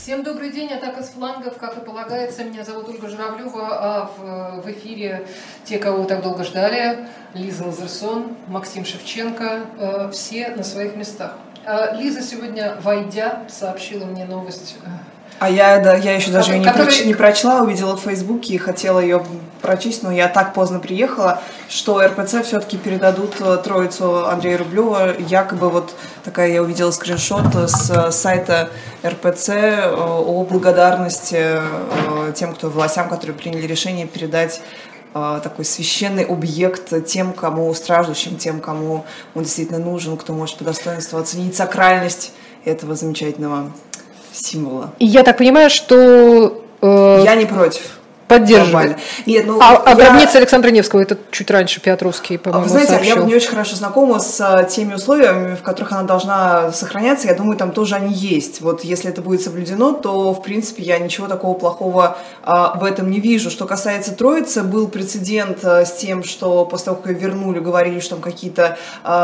Всем добрый день, атака с флангов, как и полагается. Меня зовут Ольга Журавлева, а в эфире те, кого вы так долго ждали. Лиза Лазерсон, Максим Шевченко, все на своих местах. Лиза сегодня, войдя, сообщила мне новость. А я еще даже ее не прочла, увидела в Фейсбуке и хотела ее прочесть, но я так поздно приехала, что РПЦ все-таки передадут троицу Андрея Рублева. Якобы вот такая я увидела скриншот с сайта РПЦ о благодарности тем, властям, которые приняли решение передать такой священный объект тем, кому страждущим, тем, кому он действительно нужен, кто может по достоинству оценить сакральность этого замечательного символа. И я так понимаю, что... Я не против. Поддерживали. Нет, ну, гробница Александра Невского, это чуть раньше Петровский, по-моему, Вы знаете, сообщил. я не очень хорошо знакома с теми условиями, в которых она должна сохраняться. Я думаю, там тоже они есть. Вот если это будет соблюдено, то, в принципе, я ничего такого плохого в этом не вижу. Что касается Троицы, был прецедент с тем, что после того, как ее вернули, говорили, что там какие-то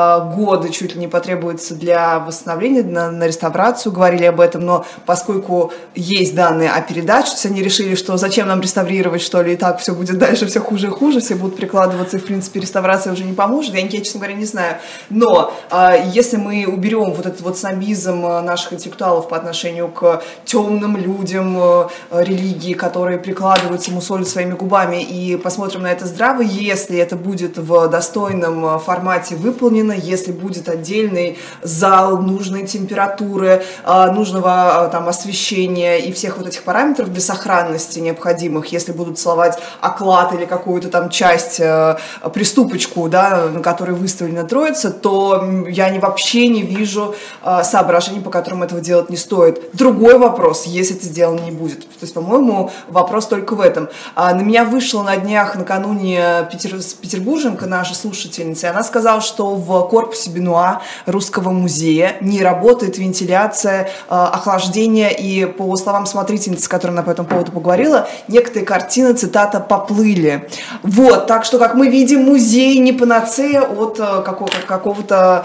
годы чуть ли не потребуются для восстановления, на реставрацию, говорили об этом. Но поскольку есть данные о передаче, то есть они решили, что зачем нам реставрировать, что ли, и так все будет дальше все хуже и хуже, все будут прикладываться, и, в принципе, реставрация уже не поможет. Я, честно говоря, не знаю. Но если мы уберем вот этот вот снобизм наших интеллектуалов по отношению к темным людям религии, которые прикладываются, мусолят своими губами, и посмотрим на это здраво, если это будет в достойном формате выполнено, если будет отдельный зал, нужной температуры, нужного там освещения и всех вот этих параметров для сохранности необходимых, если будут целовать оклад или какую-то там часть, приступочку, да, на которой выставлена Троица, то я вообще не вижу соображений, по которым этого делать не стоит. Другой вопрос, если это сделано не будет. То есть, по-моему, вопрос только в этом. На меня вышла на днях накануне петербурженка, наша слушательница, и она сказала, что в корпусе Бенуа Русского музея не работает вентиляция, охлаждение, и по словам смотрительницы, с которой она по этому поводу поговорила, некоторые картины, цитата, поплыли. Вот, так что, как мы видим, музей не панацея от какого-то,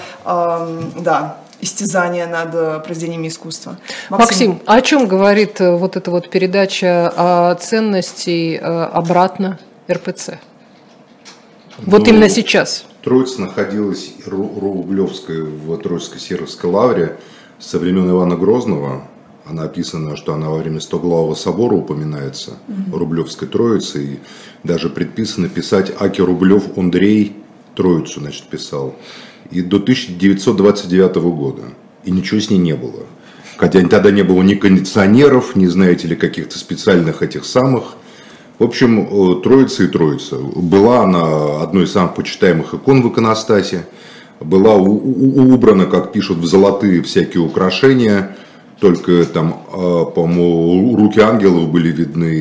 истязания над произведениями искусства. Максим, а о чем говорит вот эта вот передача ценностей обратно РПЦ? Вот именно сейчас. Троица находилась Рублевская в Троицко-Северской лавре со времен Ивана Грозного. Она описана, что она во время Стоглавого собора упоминается, Рублевской Троицы, и даже предписано писать Аки Рублев Андрей Троицу, значит, писал. И до 1929 года. И ничего с ней не было. Хотя тогда не было ни кондиционеров, ни, знаете ли, каких-то специальных этих самых. В общем, Троица и Троица. Была она одной из самых почитаемых икон в иконостасе. Была убрана, как пишут, в золотые всякие украшения. Только там, по-моему, руки ангелов были видны,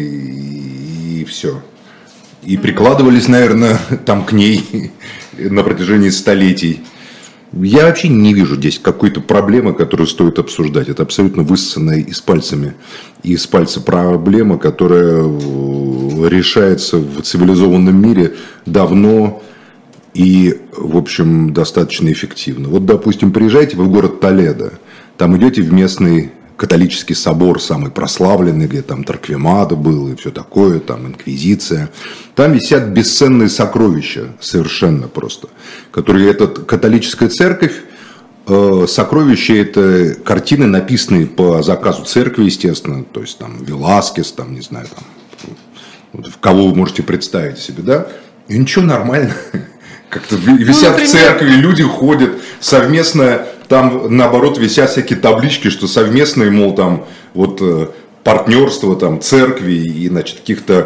и все. И прикладывались, наверное, там к ней на протяжении столетий. Я вообще не вижу здесь какой-то проблемы, которую стоит обсуждать. Это абсолютно высосанная из пальца проблема, которая решается в цивилизованном мире давно и, в общем, достаточно эффективно. Вот, допустим, приезжайте вы в город Толедо. Там идете в местный католический собор, самый прославленный, где там Торквемадо был и все такое, там инквизиция. Там висят бесценные сокровища, совершенно просто, которые эта католическая церковь, сокровища это картины, написанные по заказу церкви, естественно, то есть там Веласкес, там, не знаю, там, кого вы можете представить себе, да, и ничего, нормально. Как-то висят в церкви, люди ходят совместно, там наоборот висят всякие таблички, что совместное, мол, там вот партнерство там церкви и, значит, каких-то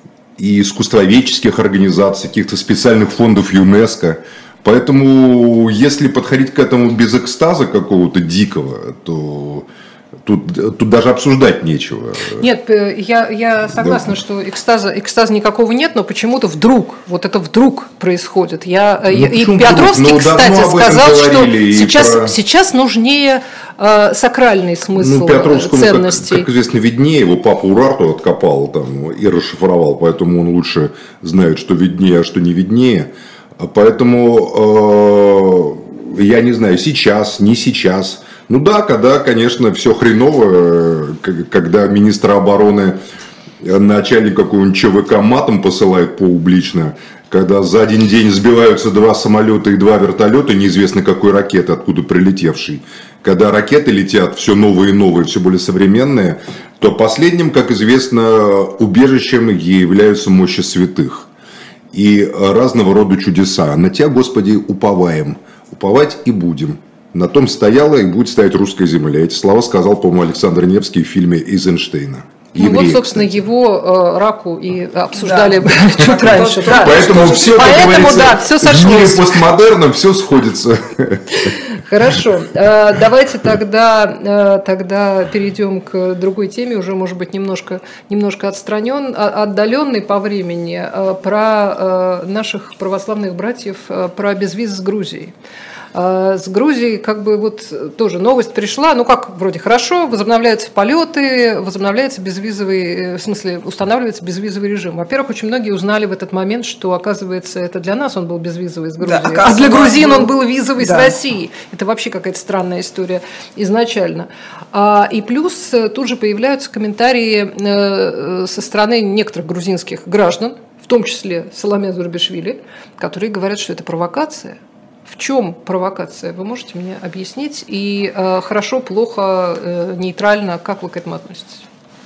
и искусствоведческих организаций, каких-то специальных фондов ЮНЕСКО. Поэтому, если подходить к этому без экстаза какого-то дикого, то тут даже обсуждать нечего. Нет, я согласна, да, что экстаза никакого нет, но почему-то вдруг, вот это вдруг происходит. И Петровский, кстати, сказал, что сейчас нужнее сакральный смысл ценностей. Как известно, виднее, его папа Урарту откопал там, и расшифровал, поэтому он лучше знает, что виднее, а что не виднее. Поэтому я не знаю, сейчас, не сейчас. Ну да, когда, конечно, все хреново, когда министра обороны начальник какого-нибудь ЧВК матом посылает публично, когда за один день сбиваются 2 самолета и 2 вертолета, неизвестно какой ракеты, откуда прилетевший, когда ракеты летят все новые и новые, все более современные, то последним, как известно, убежищем являются мощи святых и разного рода чудеса. На Тебя, Господи, уповаем, уповать и будем. На том стояла и будет стоять русская земля. Эти слова сказал, по-моему, Александр Невский в фильме Эйзенштейна. Ну вот, собственно, его раку и обсуждали чуть раньше. Поэтому все, как говорится, в мире постмодерна все сходится. Хорошо. Давайте тогда перейдем к другой теме, уже, может быть, немножко отдаленной по времени, про наших православных братьев, про безвиз с Грузией. С Грузией как бы вот тоже новость пришла, ну как, вроде хорошо, возобновляются полеты, возобновляется безвизовый, в смысле устанавливается безвизовый режим. Во-первых, очень многие узнали в этот момент, что, оказывается, это для нас он был безвизовый с Грузией, а для грузин он был визовый с Россией. Это вообще какая-то странная история изначально. И плюс тут же появляются комментарии со стороны некоторых грузинских граждан, в том числе Саломе Зурабишвили, которые говорят, что это провокация. В чем провокация? Вы можете мне объяснить? И хорошо, плохо, нейтрально, как вы к этому относитесь?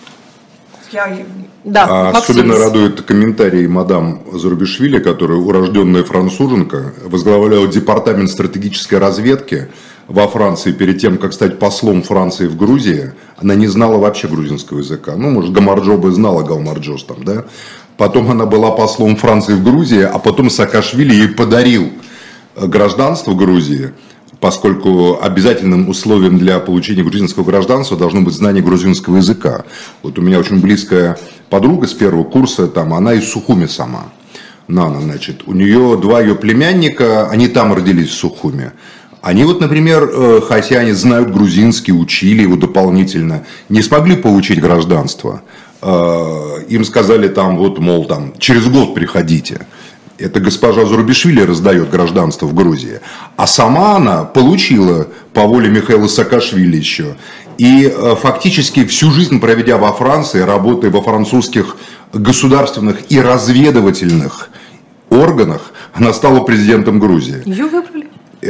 Да, особенно радует комментарий мадам Зурабишвили, которая урожденная француженка, возглавляла департамент стратегической разведки во Франции перед тем, как стать послом Франции в Грузии. Она не знала вообще грузинского языка. Ну, может, Гамарджо бы знала Галмарджос там, да? Потом она была послом Франции в Грузии, а потом Саакашвили ей подарил гражданство Грузии, поскольку обязательным условием для получения грузинского гражданства должно быть знание грузинского языка. Вот у меня очень близкая подруга с первого курса, там, она из Сухуми сама. Нана, значит, у нее 2 ее племянника, они там родились в Сухуми. Они вот, например, хотя они знают грузинский, учили его дополнительно, не смогли получить гражданство. Им сказали там, вот, мол, там, через год приходите. Это госпожа Зурабишвили раздает гражданство в Грузии. А сама она получила по воле Михаила Саакашвили еще. И фактически всю жизнь проведя во Франции, работая во французских государственных и разведывательных органах, она стала президентом Грузии. Ее выбрали?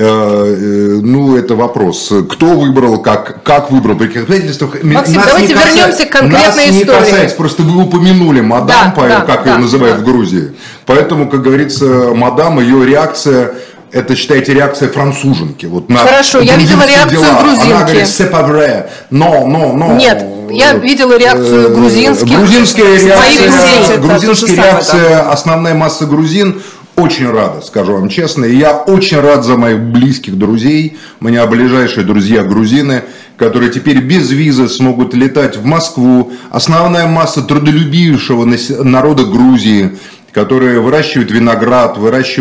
Ну, это вопрос. Кто выбрал, как выбрал, при каких обстоятельствах. Максим, давайте вернемся к конкретной истории. Нас не касается, просто вы упомянули мадам, как ее называют в Грузии. Поэтому, как говорится, мадам, ее реакция, это, считайте, реакция француженки. Вот на хорошо, я видела реакцию грузинки. Она говорит, c'est pas vrai, non. Нет, я видела реакцию грузинских. Грузинская реакция, основная масса грузин, очень рада, скажу вам честно. И я очень рад за моих близких друзей. У меня ближайшие друзья грузины, которые теперь без визы смогут летать в Москву. Основная масса трудолюбившего народа Грузии, которые выращивают виноград,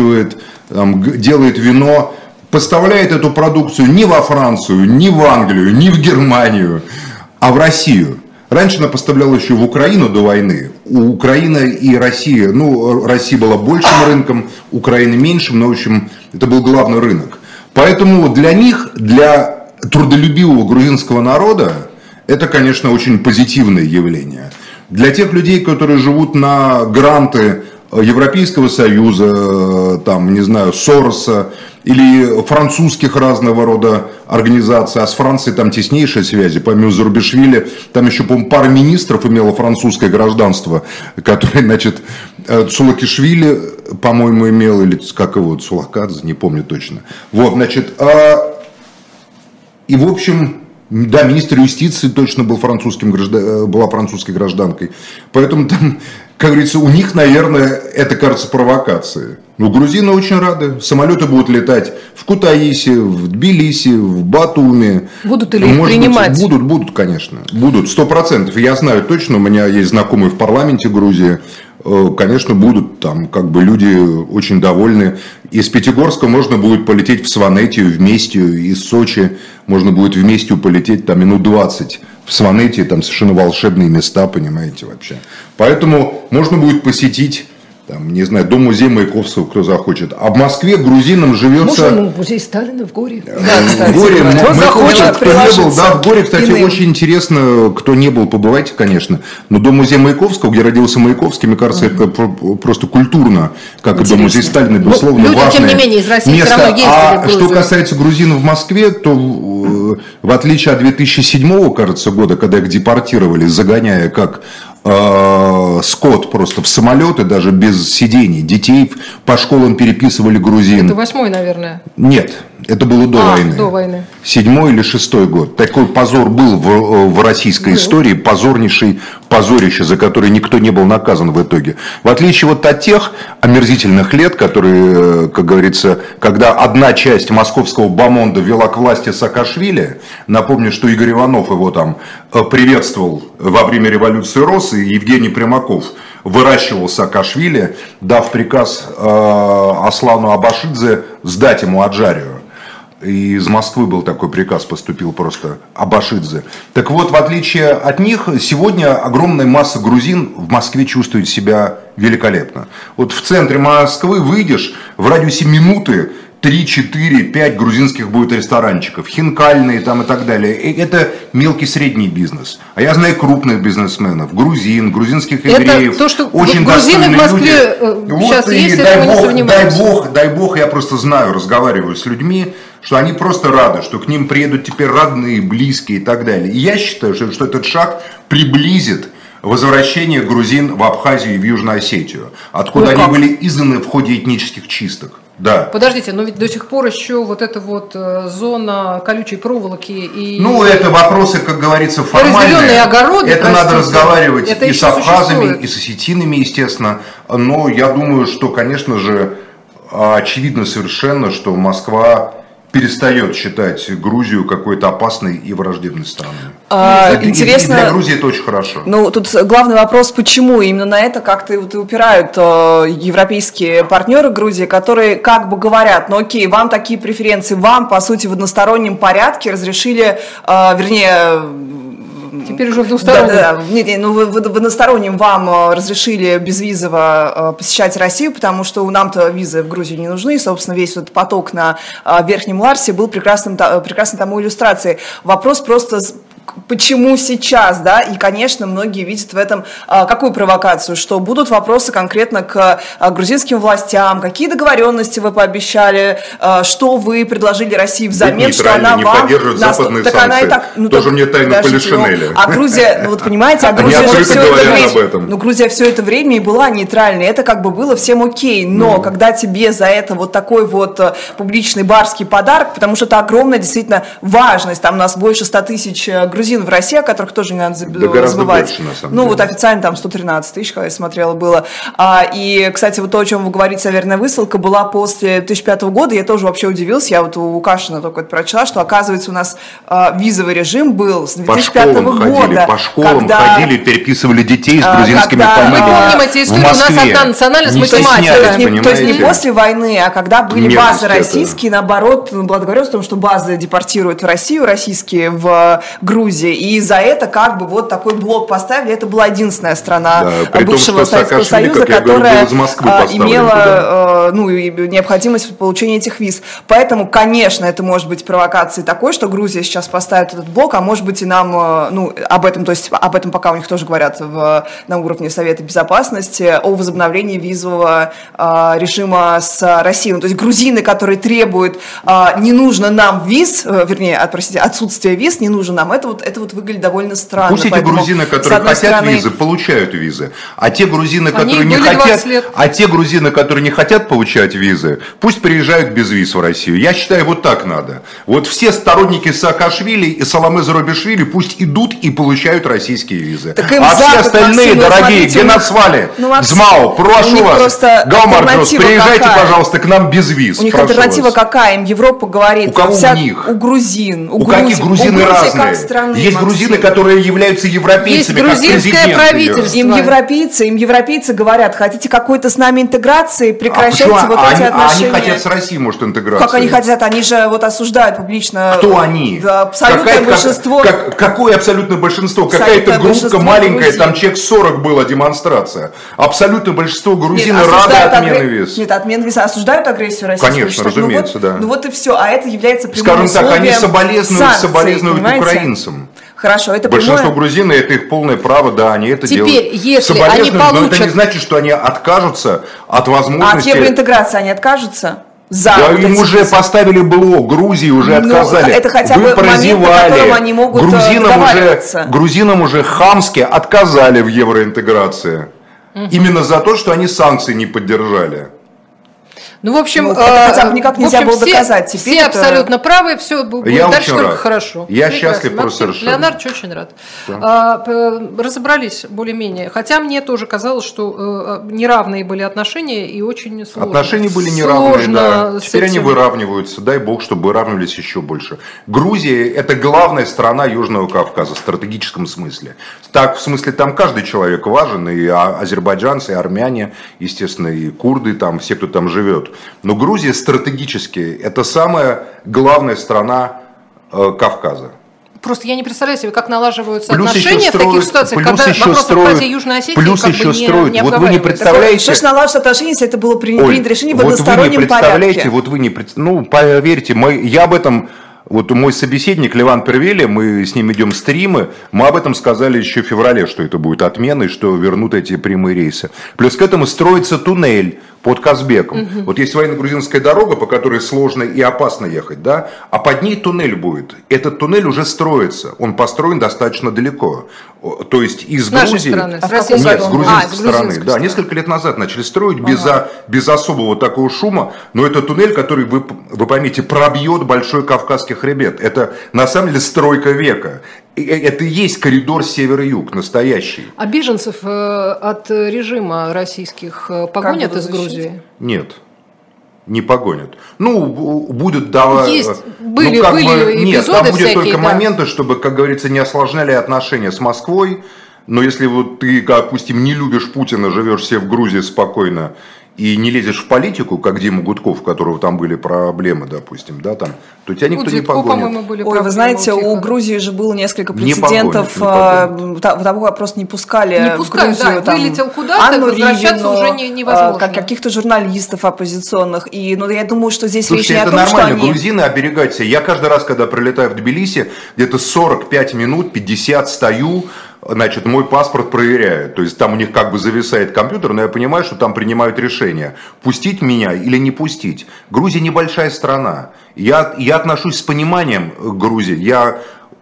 делают вино, поставляет эту продукцию не во Францию, не в Англию, не в Германию, а в Россию. Раньше она поставляла еще в Украину до войны. У Украины и России, Россия была большим рынком, Украина меньшим, но, в общем, это был главный рынок. Поэтому для них, для трудолюбивого грузинского народа, это, конечно, очень позитивное явление. Для тех людей, которые живут на гранты Европейского Союза, там, не знаю, Сороса или французских разного рода организаций, а с Францией там теснейшие связи, помимо Зурабишвили, там еще, по-моему, пара министров имела французское гражданство, которое, значит, Цулакишвили, по-моему, имел, или как его, Цулакадзе, не помню точно. Вот, значит, и, в общем, да, министр юстиции точно был была французской гражданкой. Поэтому там, как говорится, у них, наверное, это кажется провокацией. Но грузины очень рады. Самолеты будут летать в Кутаиси, в Тбилиси, в Батуми. Будут или их принимать? Будут, конечно. Будут, 100%. Я знаю точно, у меня есть знакомые в парламенте Грузии. Конечно, будут там люди очень довольны. Из Пятигорска можно будет полететь в Сванетию вместе, из Сочи можно будет вместе полететь там минут 20. В Сванетии там совершенно волшебные места, понимаете, вообще. Поэтому можно будет посетить там, не знаю, дом-музей Маяковского, кто захочет. А в Москве грузинам живется... Можно музей Сталина в Горе. Да, кстати. В Горе, Кто захочет кто не был, приложиться да, в Горе, кстати, иным. очень интересно, кто не был, побывайте, конечно. Но дом-музей Маяковского, где родился Маяковский, мне кажется, это просто культурно, как и дом-музей Сталина, безусловно, люди, важное тем не менее, из России место. все равно ездили в А Грузию. что касается грузин в Москве, то в отличие от 2007, кажется, года, когда их депортировали, загоняя как скот просто в самолеты, даже без сидений, детей по школам переписывали грузин. Это 8-й, наверное. Нет, это было до войны. До войны. 7-й или 6-й год. Такой позор был в российской истории, позорнейший позорище, за которое никто не был наказан в итоге. В отличие вот от тех омерзительных лет, которые, как говорится, когда одна часть московского бомонда вела к власти Саакашвили, напомню, что Игорь Иванов его там приветствовал во время революции РОС, и Евгений Примаков выращивал Саакашвили, дав приказ Аслану Абашидзе сдать ему Аджарию. И из Москвы был такой приказ, поступил просто Абашидзе. Так вот, в отличие от них, сегодня огромная масса грузин в Москве чувствует себя великолепно. Вот в центре Москвы выйдешь, в радиусе минуты 3, 4, 5 грузинских будет ресторанчиков, хинкальные там и так далее. Это мелкий средний бизнес. А я знаю крупных бизнесменов, грузин, грузинских евреев. Это то, что очень грузины в Москве люди. сейчас Вот есть, и этого не сомневаюсь. дай бог, я просто знаю, разговариваю с людьми, что они просто рады, что к ним приедут теперь родные, близкие и так далее. И я считаю, что этот шаг приблизит возвращение грузин в Абхазию и в Южную Осетию, откуда они были изгнаны в ходе этнических чисток. Да. Подождите, но ведь до сих пор еще вот эта вот зона колючей проволоки и... Ну, это вопросы, как говорится, формальные. Разделенные огороды, это надо разговаривать это и с абхазами, существует. и с осетинами, естественно. Но я думаю, что, конечно же, очевидно совершенно, что Москва перестает считать Грузию какой-то опасной и враждебной страной. Интересно, и для Грузии это очень хорошо. Ну, тут главный вопрос, почему именно на это как-то вот и упирают европейские партнеры Грузии, которые как бы говорят, ну окей, вам такие преференции, вам, по сути, в одностороннем порядке разрешили, вернее... Теперь уже в двустороннем. Да, нет, ну в одностороннем вам разрешили безвизово посещать Россию, потому что нам-то визы в Грузию не нужны, и, собственно, весь этот поток на Верхнем Ларсе был прекрасной тому иллюстрацией. Вопрос просто... Почему сейчас, да, и, конечно, многие видят в этом какую провокацию, что будут вопросы конкретно к грузинским властям, какие договоренности вы пообещали, что вы предложили России взамен, что она не вам... поддерживает западные санкции. Она и так, ну, тоже так, мне тайна Полишинеля. А Грузия, ну вот понимаете, а Грузия же все это время, Грузия все это время и была нейтральной, это как бы было всем окей, но когда тебе за это вот такой вот публичный барский подарок, потому что это огромная действительно важность, там у нас больше 100 тысяч грузин в России, о которых тоже не надо забывать. Больше, на самом деле. Вот официально там 113 тысяч, когда я смотрела, было. И, кстати, вот то, о чем вы говорите, северная высылка была после 2005 года, я тоже вообще удивилась, я вот у Кашина только это прочла, что, оказывается, у нас визовый режим был с 2005 года. По школам ходили, переписывали детей с грузинскими фамилиями. Мы помним эти истории, у нас одна национальность математика. То есть не после войны, а когда были базы российские, наоборот, была договоренность о том, что базы депортируют в Россию, российские в Грузии, и за это как бы вот такой блок поставили. Это была единственная страна бывшего Советского Союза, которая имела необходимость в получении этих виз. Поэтому, конечно, это может быть провокацией такой, что Грузия сейчас поставит этот блок, а может быть и нам, об этом пока у них тоже говорят на уровне Совета Безопасности, о возобновлении визового режима с Россией. То есть грузины, которые требуют не нужно нам виз, отсутствие виз, не нужно нам, это вот выглядит довольно странно. Пусть эти грузины, которые хотят визы, получают визы, а те грузины, которые не хотят получать визы, пусть приезжают без виз в Россию. Я считаю, вот так надо. Вот все сторонники Саакашвили и Саломе Зурабишвили пусть идут и получают российские визы. А все остальные, дорогие, Генасвали, ЗМАО, прошу вас, Гаумарджос, приезжайте, пожалуйста, к нам без виз. У них альтернатива какая? Им Европа говорит. У кого у них? У грузин. У каких грузины разные? Как страны страны. Есть грузины, которые являются европейцами, есть грузинское правительство. Им европейцы говорят, хотите какой-то с нами интеграции, прекращайте эти отношения. Они хотят с Россией, может, интеграции. Как они хотят? Они же осуждают публично. Кто они? Да, абсолютное большинство. Какое абсолютное большинство? Какая-то группа маленькая, там человек 40 была демонстрация. Абсолютное большинство грузин рады отмены виз. Нет, отмены виз осуждают агрессию России. Конечно, разумеется, да. Ну вот и все, а это является прямым условием санкций. Скажем так, они соболезнуют понимаете? Украинцам. Хорошо, это большинство грузин, это их полное право, да, они это делают. Теперь, если они получат... Но это не значит, что они откажутся от возможности... От евроинтеграции они откажутся? Да, им уже поставили блок, Грузии уже отказали. Это хотя бы момент, на котором они могут договариваться. Грузинам уже хамски отказали в евроинтеграции. Именно за то, что они санкции не поддержали. Ну, в общем, это хотя бы никак нельзя было доказать. Теперь все абсолютно правы, все будет дальше только хорошо. Я счастлив просто совершенно. Леонардович очень рад. Разобрались более-менее. Хотя мне тоже казалось, что неравные были отношения и очень сложно. Отношения были неравные, да. Теперь они выравниваются. Дай бог, чтобы выравнивались еще больше. Грузия – это главная страна Южного Кавказа в стратегическом смысле. Так, в смысле, там каждый человек важен, и азербайджанцы, и армяне, естественно, и курды, там, все, кто там живет. Но Грузия стратегически это самая главная страна Кавказа. Просто я не представляю себе, как налаживаются отношения в таких ситуациях, когда вопрос о вкладе Южной Осетии плюс еще строят. Вот вы не представляете... Что ж налаживаются отношения, если это было принято решение в одностороннем порядке? Вот вы не представляете, ну поверьте, я об этом... Вот мой собеседник Леван Первели, мы с ним идем стримы, мы об этом сказали еще в феврале, что это будет отмена и что вернут эти прямые рейсы. Плюс к этому строится туннель под Казбеком. Вот есть военно-грузинская дорога, по которой сложно и опасно ехать, да, а под ней туннель будет. Этот туннель уже строится, он построен достаточно далеко. То есть из Грузии... Стороны, Нет, с грузинской стороны. Да, несколько лет назад начали строить без особого такого шума, но это туннель, который, вы поймите, пробьет Большой Кавказский хребет. Это на самом деле стройка века. Это и есть коридор север-юг, настоящий. А беженцев от режима российских погонят из Грузии? Нет, не погонят. Ну, будут... Были эпизоды нет, там будет всякие, только моменты, чтобы, как говорится, не осложняли отношения с Москвой. Но если вот ты, допустим, не любишь Путина, живешь себе в Грузии спокойно, и не лезешь в политику, как Дима Гудков, у которого там были проблемы, допустим, да, там, то тебя никто не погонит. Ой, вы знаете, у Грузии же было несколько прецедентов того, просто не пускали в Грузию. Да, вылетел куда-то, возвращаться уже невозможно. Каких-то журналистов оппозиционных. И я думаю, что здесь Слушайте, речь не о том, это нормально, что они... грузины оберегать себя. Я каждый раз, когда прилетаю в Тбилиси, где-то 45 минут, 50 стою, значит, мой паспорт проверяют. То есть там у них как бы зависает компьютер, но я понимаю, что там принимают решение, пустить меня или не пустить. Грузия небольшая страна. Я отношусь с пониманием к Грузии. Я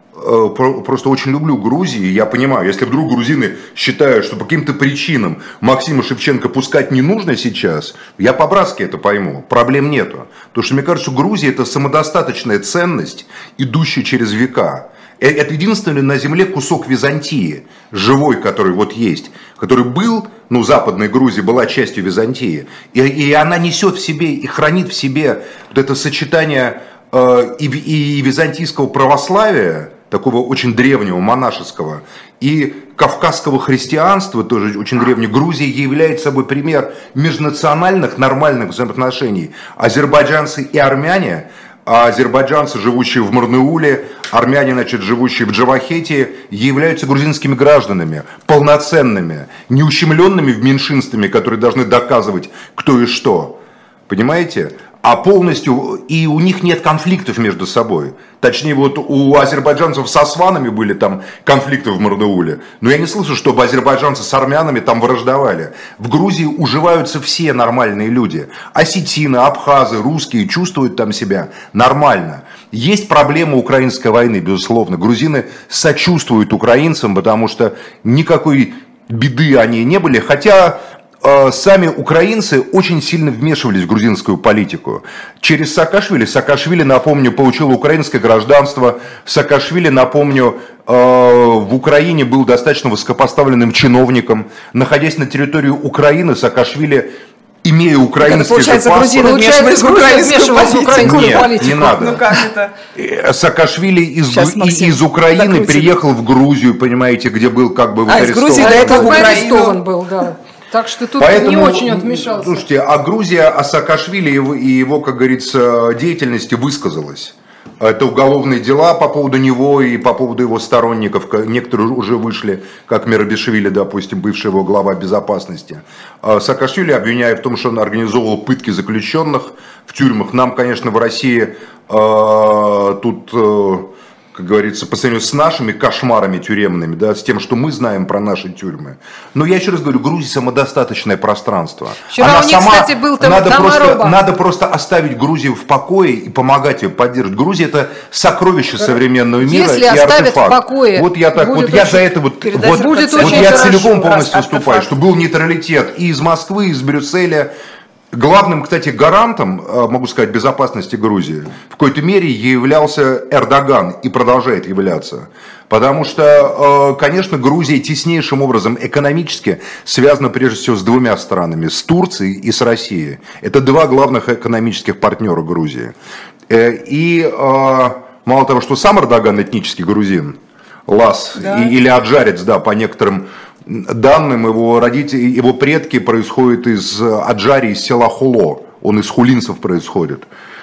просто очень люблю Грузию, и я понимаю, если вдруг грузины считают, что по каким-то причинам Максима Шевченко пускать не нужно сейчас, я по-братски это пойму, проблем нету. Потому что мне кажется, Грузия это самодостаточная ценность, идущая через века. Это единственный на земле кусок Византии, живой, который вот есть, который был, Западная Грузия была частью Византии, и она несет в себе и хранит в себе вот это сочетание и византийского православия, такого очень древнего, монашеского, и кавказского христианства, тоже очень древнего. Грузия является собой пример межнациональных нормальных взаимоотношений. Азербайджанцы и армяне, а азербайджанцы, живущие в Марнеуле, армяне, значит, живущие в Джавахете, являются грузинскими гражданами, полноценными, неущемленными в меньшинствами, которые должны доказывать, кто и что. Понимаете? А полностью, и у них нет конфликтов между собой. Точнее, вот у азербайджанцев с османами были там конфликты в Марнеуле. Но я не слышу, чтобы азербайджанцы с армянами там враждовали. В Грузии уживаются все нормальные люди. Осетины, абхазы, русские чувствуют там себя нормально. Есть проблема украинской войны, безусловно. Грузины сочувствуют украинцам, потому что никакой беды они не были. Хотя... Сами украинцы очень сильно вмешивались в грузинскую политику. Через Саакашвили. Саакашвили, напомню, получил украинское гражданство. Саакашвили, напомню, в Украине был достаточно высокопоставленным чиновником. Находясь на территории Украины, Саакашвили имея украинский же паспорт... Получается, Грузия вмешивалась в украинскую политику. Не надо. Ну как это? Саакашвили из Украины приехал в Грузию, понимаете, где был как бы из Грузии до этого арестован был, да. Так что тут не очень он вмешался. Слушайте, а Грузия о Саакашвили и его, как говорится, деятельности высказалась. Это уголовные дела по поводу него и по поводу его сторонников. Некоторые уже вышли, как Мерабишвили, допустим, бывший его глава безопасности. Саакашвили обвиняют в том, что он организовывал пытки заключенных в тюрьмах. Нам, конечно, в России тут... как говорится, по сравнению с нашими кошмарами тюремными, да, с тем, что мы знаем про наши тюрьмы. Но я еще раз говорю, Грузия самодостаточное пространство. Вчера она у них, сама, кстати, был там надо просто оставить Грузию в покое и помогать ее поддерживать. Грузия — это сокровище современного мира. Если и оставят артефакт. в покое, вот я так, вот я за это вот я целиком полностью выступаю, что был нейтралитет и из Москвы, и из Брюсселя. Главным, кстати, гарантом, могу сказать, безопасности Грузии в какой-то мере являлся Эрдоган и продолжает являться. Потому что, конечно, Грузия теснейшим образом экономически связана прежде всего с двумя странами, с Турцией и с Россией. Это два главных экономических партнера Грузии. И мало того, что сам Эрдоган этнический грузин, лас, да. Или аджарец, да, по некоторым данным, его родители, его предки происходят из Аджарии, из села Хуло. Он из хулинцев происходит.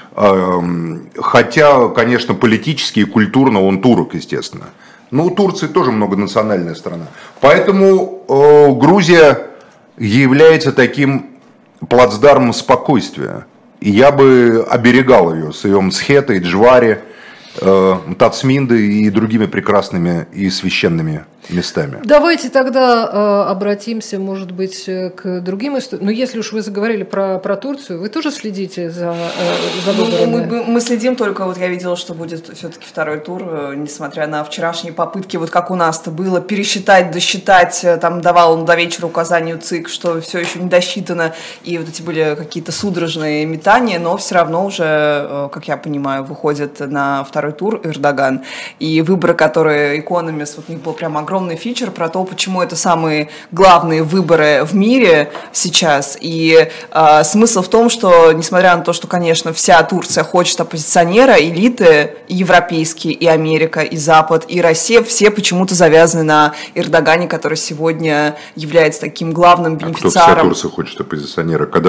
Хотя, конечно, политически и культурно он турок, естественно. Но у Турции тоже многонациональная страна. Поэтому Грузия является таким плацдармом спокойствия. И я бы оберегал ее с ее Мсхетой, Джвари, Тацминды и другими прекрасными и священными местами. Давайте тогда обратимся, может быть, к другим историям. Но если уж вы заговорили про Турцию, вы тоже следите за выборами? Мы следим, только вот я видела, что будет все-таки второй тур, несмотря на вчерашние попытки, вот как у нас-то было, пересчитать, досчитать, там давал он до вечера указанию ЦИК, что все еще не досчитано, и вот эти были какие-то судорожные метания, но все равно уже, как я понимаю, выходит на второй тур Эрдоган. И выборы, которые Economist, вот у них был прям огромный фичер про то, почему это самые главные выборы в мире сейчас. И смысл в том, что, несмотря на то, что, конечно, вся Турция хочет оппозиционера, элиты и европейские, и Америка, и Запад, и Россия, все почему-то завязаны на Эрдогане, который сегодня является таким главным бенефициаром. А кто вся Турция хочет оппозиционера? Когда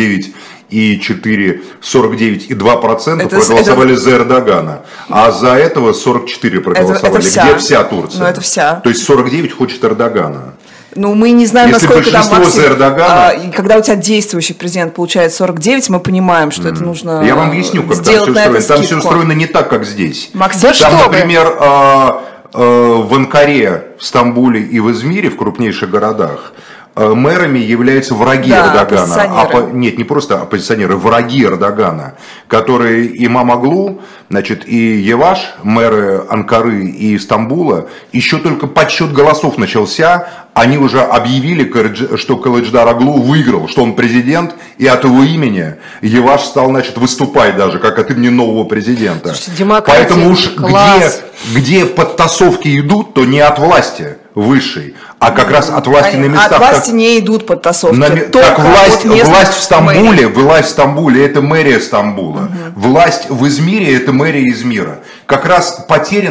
49,2% проголосовали за Эрдогана, а за этого 44 проголосовали. Где вся Турция? Ну, это вся. То есть 49 хочет Эрдогана. Ну, мы не знаем, если насколько там за Эрдогана... И когда у тебя действующий президент получает 49, мы понимаем, что это нужно. Я вам объясню, как там все устроено. Там все устроено не так, как здесь. Максим, там, например, в Анкаре, в Стамбуле и в Измире, в крупнейших городах, мэрами являются враги Эрдогана. Нет, не просто оппозиционеры, враги Эрдогана, которые Имам Оглу, значит, и Еваш, мэры Анкары и Стамбула, еще только подсчет голосов начался, они уже объявили, что Кылычдар Оглу выиграл, что он президент, и от его имени Еваш стал, значит, выступать даже, как от имени нового президента. Слушайте, поэтому уж где подтасовки идут, то не от власти высшей, а как раз от власти на местах. От власти не идут подтасовки. Так власть в Стамбуле, это мэрия Стамбула. Власть в Измире, это мэрия Измира. Как раз потерян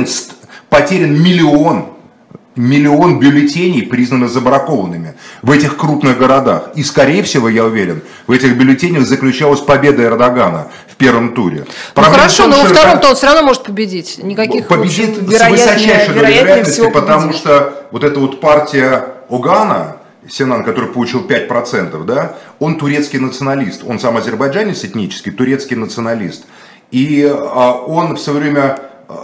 миллион бюллетеней признаны забракованными в этих крупных городах. И, скорее всего, я уверен, в этих бюллетенях заключалась победа Эрдогана в первом туре. Ну хорошо, но во втором-то он все равно может победить. Никаких победит с высочайшей долей вероятности, потому что вот эта вот партия Огана, Сенан, который получил 5%, да, он турецкий националист. Он сам азербайджанец этнический, турецкий националист. И он в свое время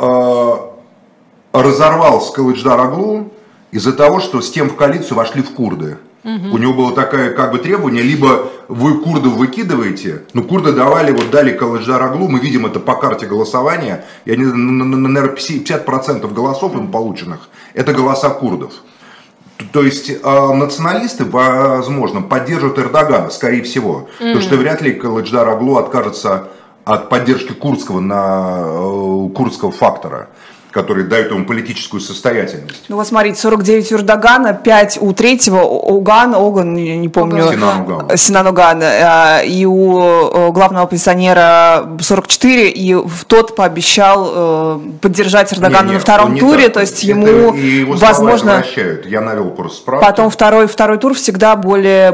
разорвал с Кылычдар Оглу из-за того, что с тем в коалицию вошли в курды. У него было такое как бы требование, либо вы курдов выкидываете, но курды дали Кылычдар Оглу, мы видим это по карте голосования, и они, наверное, 50% голосов им полученных, это голоса курдов. То есть националисты, возможно, поддерживают Эрдогана, скорее всего, потому что вряд ли Кылычдар Оглу откажется от поддержки курдского фактора. которые дают ему политическую состоятельность. Ну вот смотрите, 49 у Эрдогана, 5 у третьего, Оган, не помню, Синан Оган, и у главного оппозиционера 44, и тот пообещал поддержать Эрдогана на втором туре, то есть ему, возможно, я навел просто справку. Потом второй тур всегда более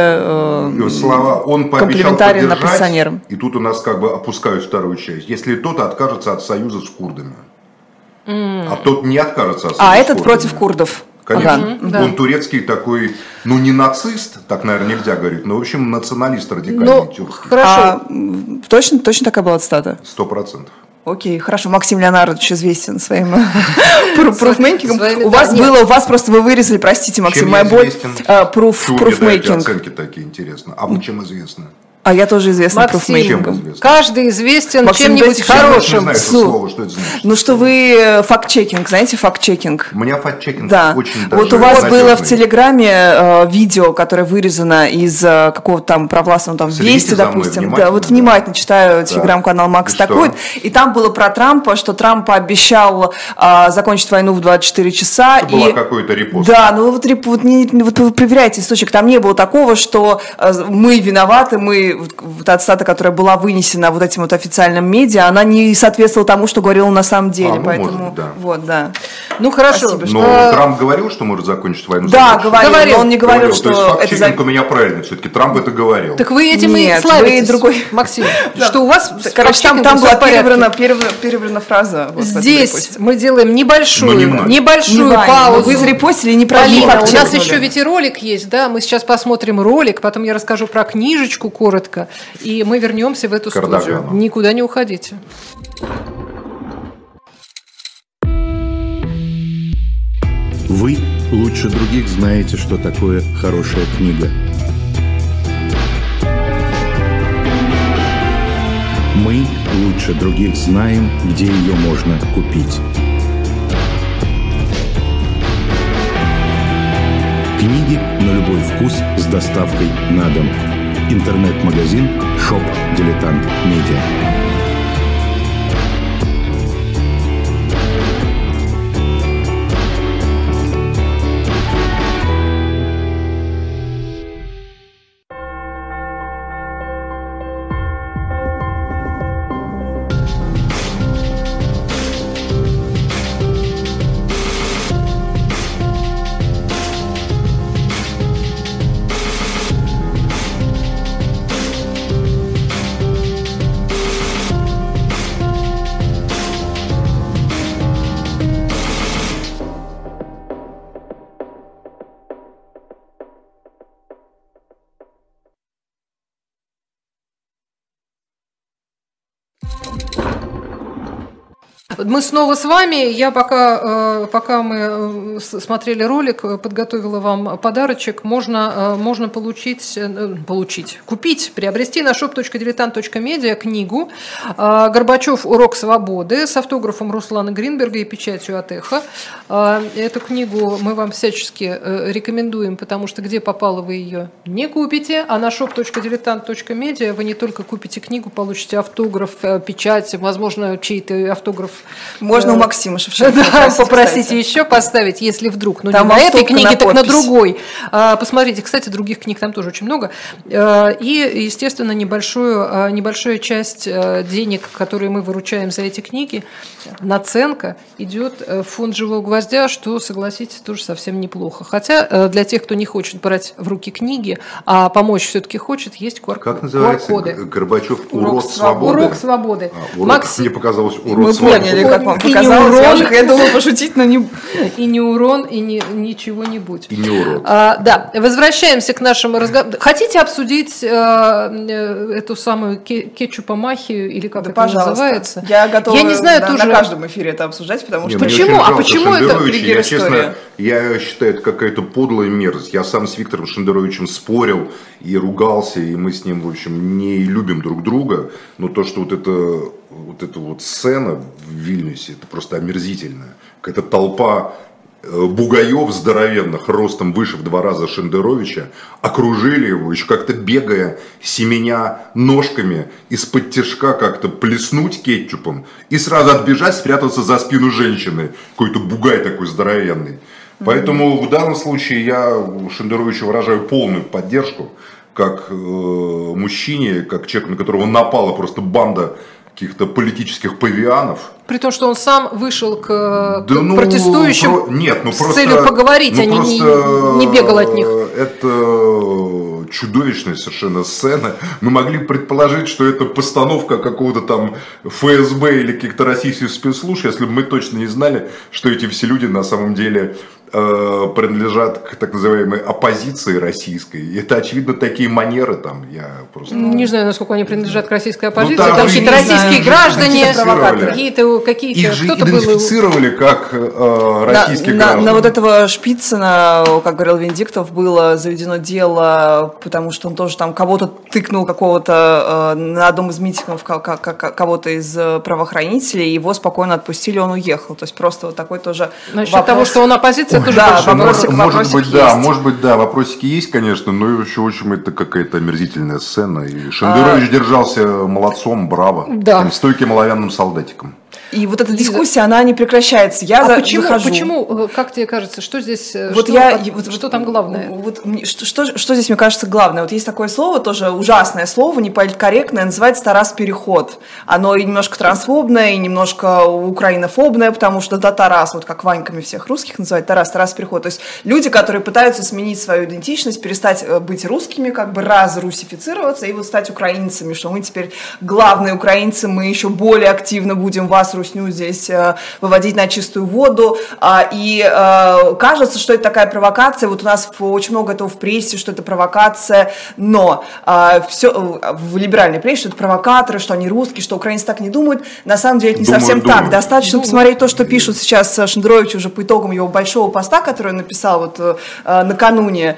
он комплементарен оппозиционерам. И тут у нас как бы опускают вторую часть. Если тот откажется от союза с курдами. А тот не откажется от союза с этот курдами. Против курдов. Конечно. Да. Он турецкий такой, ну не нацист, так, наверное, нельзя говорить, но, в общем, националист радикальный тюркский. Хорошо. Точно такая была цитата? 100%. Окей, хорошо. Максим Леонардович известен своим пруфмейкингом. У вас просто вы вырезали, простите, Максим, моя боль. Пруфмейкинг. Оценки такие интересные. А вы чем известны? А я тоже известна пруфмейкингом. Каждый известен чем-нибудь хорошим. Я слово, что это значит. Ну что вы факт-чекинг, знаете, факт-чекинг? У меня факт-чекинг очень даже вот у вас было в Телеграме видео, которое вырезано из какого-то там провластного там Вести, допустим. Да, вот внимательно читаю Телеграм-канал Макс Такует. И там было про Трампа, что Трамп пообещал закончить войну в 24 часа. Это было какой-то репост. Да, ну вот вы проверяйте источник. Там не было такого, что мы виноваты, вот та цитата, которая была вынесена вот этим вот официальным медиа, она не соответствовала тому, что говорил он на самом деле. Поэтому, может, да. Вот, да. Ну, хорошо. Но Трамп говорил, что может закончить войну? Да, говорил, но он не говорил, что... То есть факт-чекинг у меня правильный, все-таки Трамп это говорил. Так вы этим и славитесь, другой... Максим, что у вас... Короче, там была переврана фраза. Здесь мы делаем небольшую паузу. Вы зарепостили неправильно. У нас еще ведь и ролик есть, да? Мы сейчас посмотрим ролик, потом я расскажу про книжечку коротко, и мы вернемся в эту студию. Никуда не уходите. Вы лучше других знаете, что такое хорошая книга. Мы лучше других знаем, где ее можно купить. Книги на любой вкус с доставкой на дом. Интернет-магазин Shop Dilettant Media. Мы снова с вами. Я пока мы смотрели ролик, подготовила вам подарочек. Можно купить, приобрести на shop.diletant.media книгу «Горбачев. Урок свободы» с автографом Руслана Гринберга и печатью от Эхо. Эту книгу мы вам всячески рекомендуем, потому что где попало, вы ее не купите, а на shop.diletant.media вы не только купите книгу, получите автограф, печать, возможно, чей-то автограф. Можно у Максима Шевченко попросите еще поставить, если вдруг. Ну, не на этой книге, так на другой. Посмотрите, кстати, других книг там тоже очень много. И, естественно, небольшая часть денег, которые мы выручаем за эти книги, наценка идет в фонд «Живого гвоздя», что, согласитесь, тоже совсем неплохо. Хотя для тех, кто не хочет брать в руки книги, а помочь все-таки хочет, есть QR-коды. Как называется? Горбачев. Урок свободы. Урок свободы. Максим, мне показалось, урок свободы. Как вам показалось, я думала пошутить, но не... И не урон, и ничего-нибудь. И не урод. Да, возвращаемся к нашему разговору. Хотите обсудить эту самую кетчупомахию, или как это называется? Я готова не знаю, на каждом эфире это обсуждать, потому что... Почему? А почему это триггер-история? Я считаю, это какая-то подлая мерзость. Я сам с Виктором Шендеровичем спорил и ругался, и мы с ним, в общем, не любим друг друга. Но то, что вот эта сцена в Вильнюсе, это просто омерзительно. Какая-то толпа бугаев здоровенных, ростом выше в 2 раза Шендеровича, окружили его, еще как-то бегая, семеня ножками, из-под тишка как-то плеснуть кетчупом и сразу отбежать, спрятаться за спину женщины. Какой-то бугай такой здоровенный. Поэтому в данном случае я Шендеровичу выражаю полную поддержку, как мужчине, как человеку, на которого напала просто банда каких-то политических павианов. При том, что он сам вышел к протестующим с целью поговорить, а не бегал от них. Это чудовищная совершенно сцена. Мы могли предположить, что это постановка какого-то там ФСБ или каких-то российских спецслужб, если бы мы точно не знали, что эти все люди на самом деле принадлежат к так называемой оппозиции российской. И это, очевидно, такие манеры там. Я просто... Не знаю, насколько они принадлежат к российской оппозиции. Там какие-то российские граждане, какие-то их же идентифицировали как российских граждан. На вот этого Шпицына, как говорил Венедиктов, было заведено дело, потому что он тоже там кого-то тыкнул, какого-то на одном из митингов, кого-то из правоохранителей, его спокойно отпустили, он уехал. То есть просто вот такой тоже насчет вопрос... того, что он оппозиция, тоже да, может быть, вопросики есть, конечно, но еще, в общем, это какая-то омерзительная сцена. И Шендерович держался молодцом, браво, таким стойким оловянным солдатиком. И вот эта дискуссия, она не прекращается. Почему, как тебе кажется, что здесь, что там главное? Что здесь, мне кажется, главное? Вот есть такое слово, тоже ужасное слово, неполиткорректное, называется «Тарас-переход». Оно и немножко трансфобное, и немножко украинофобное, потому что да, Тарас, вот как Ваньками всех русских называют, Тарас-переход. То есть люди, которые пытаются сменить свою идентичность, перестать быть русскими, как бы разрусифицироваться и вот стать украинцами, что мы теперь главные украинцы, мы еще более активно будем вас, русню, здесь выводить на чистую воду. И кажется, что это такая провокация. Вот у нас очень много этого в прессе, что это провокация, но все в либеральной прессе, что это провокаторы, что они русские, что украинцы так не думают. На самом деле это не совсем так. Достаточно посмотреть то, что пишут сейчас Шендерович уже по итогам его большого поста, который он написал вот накануне.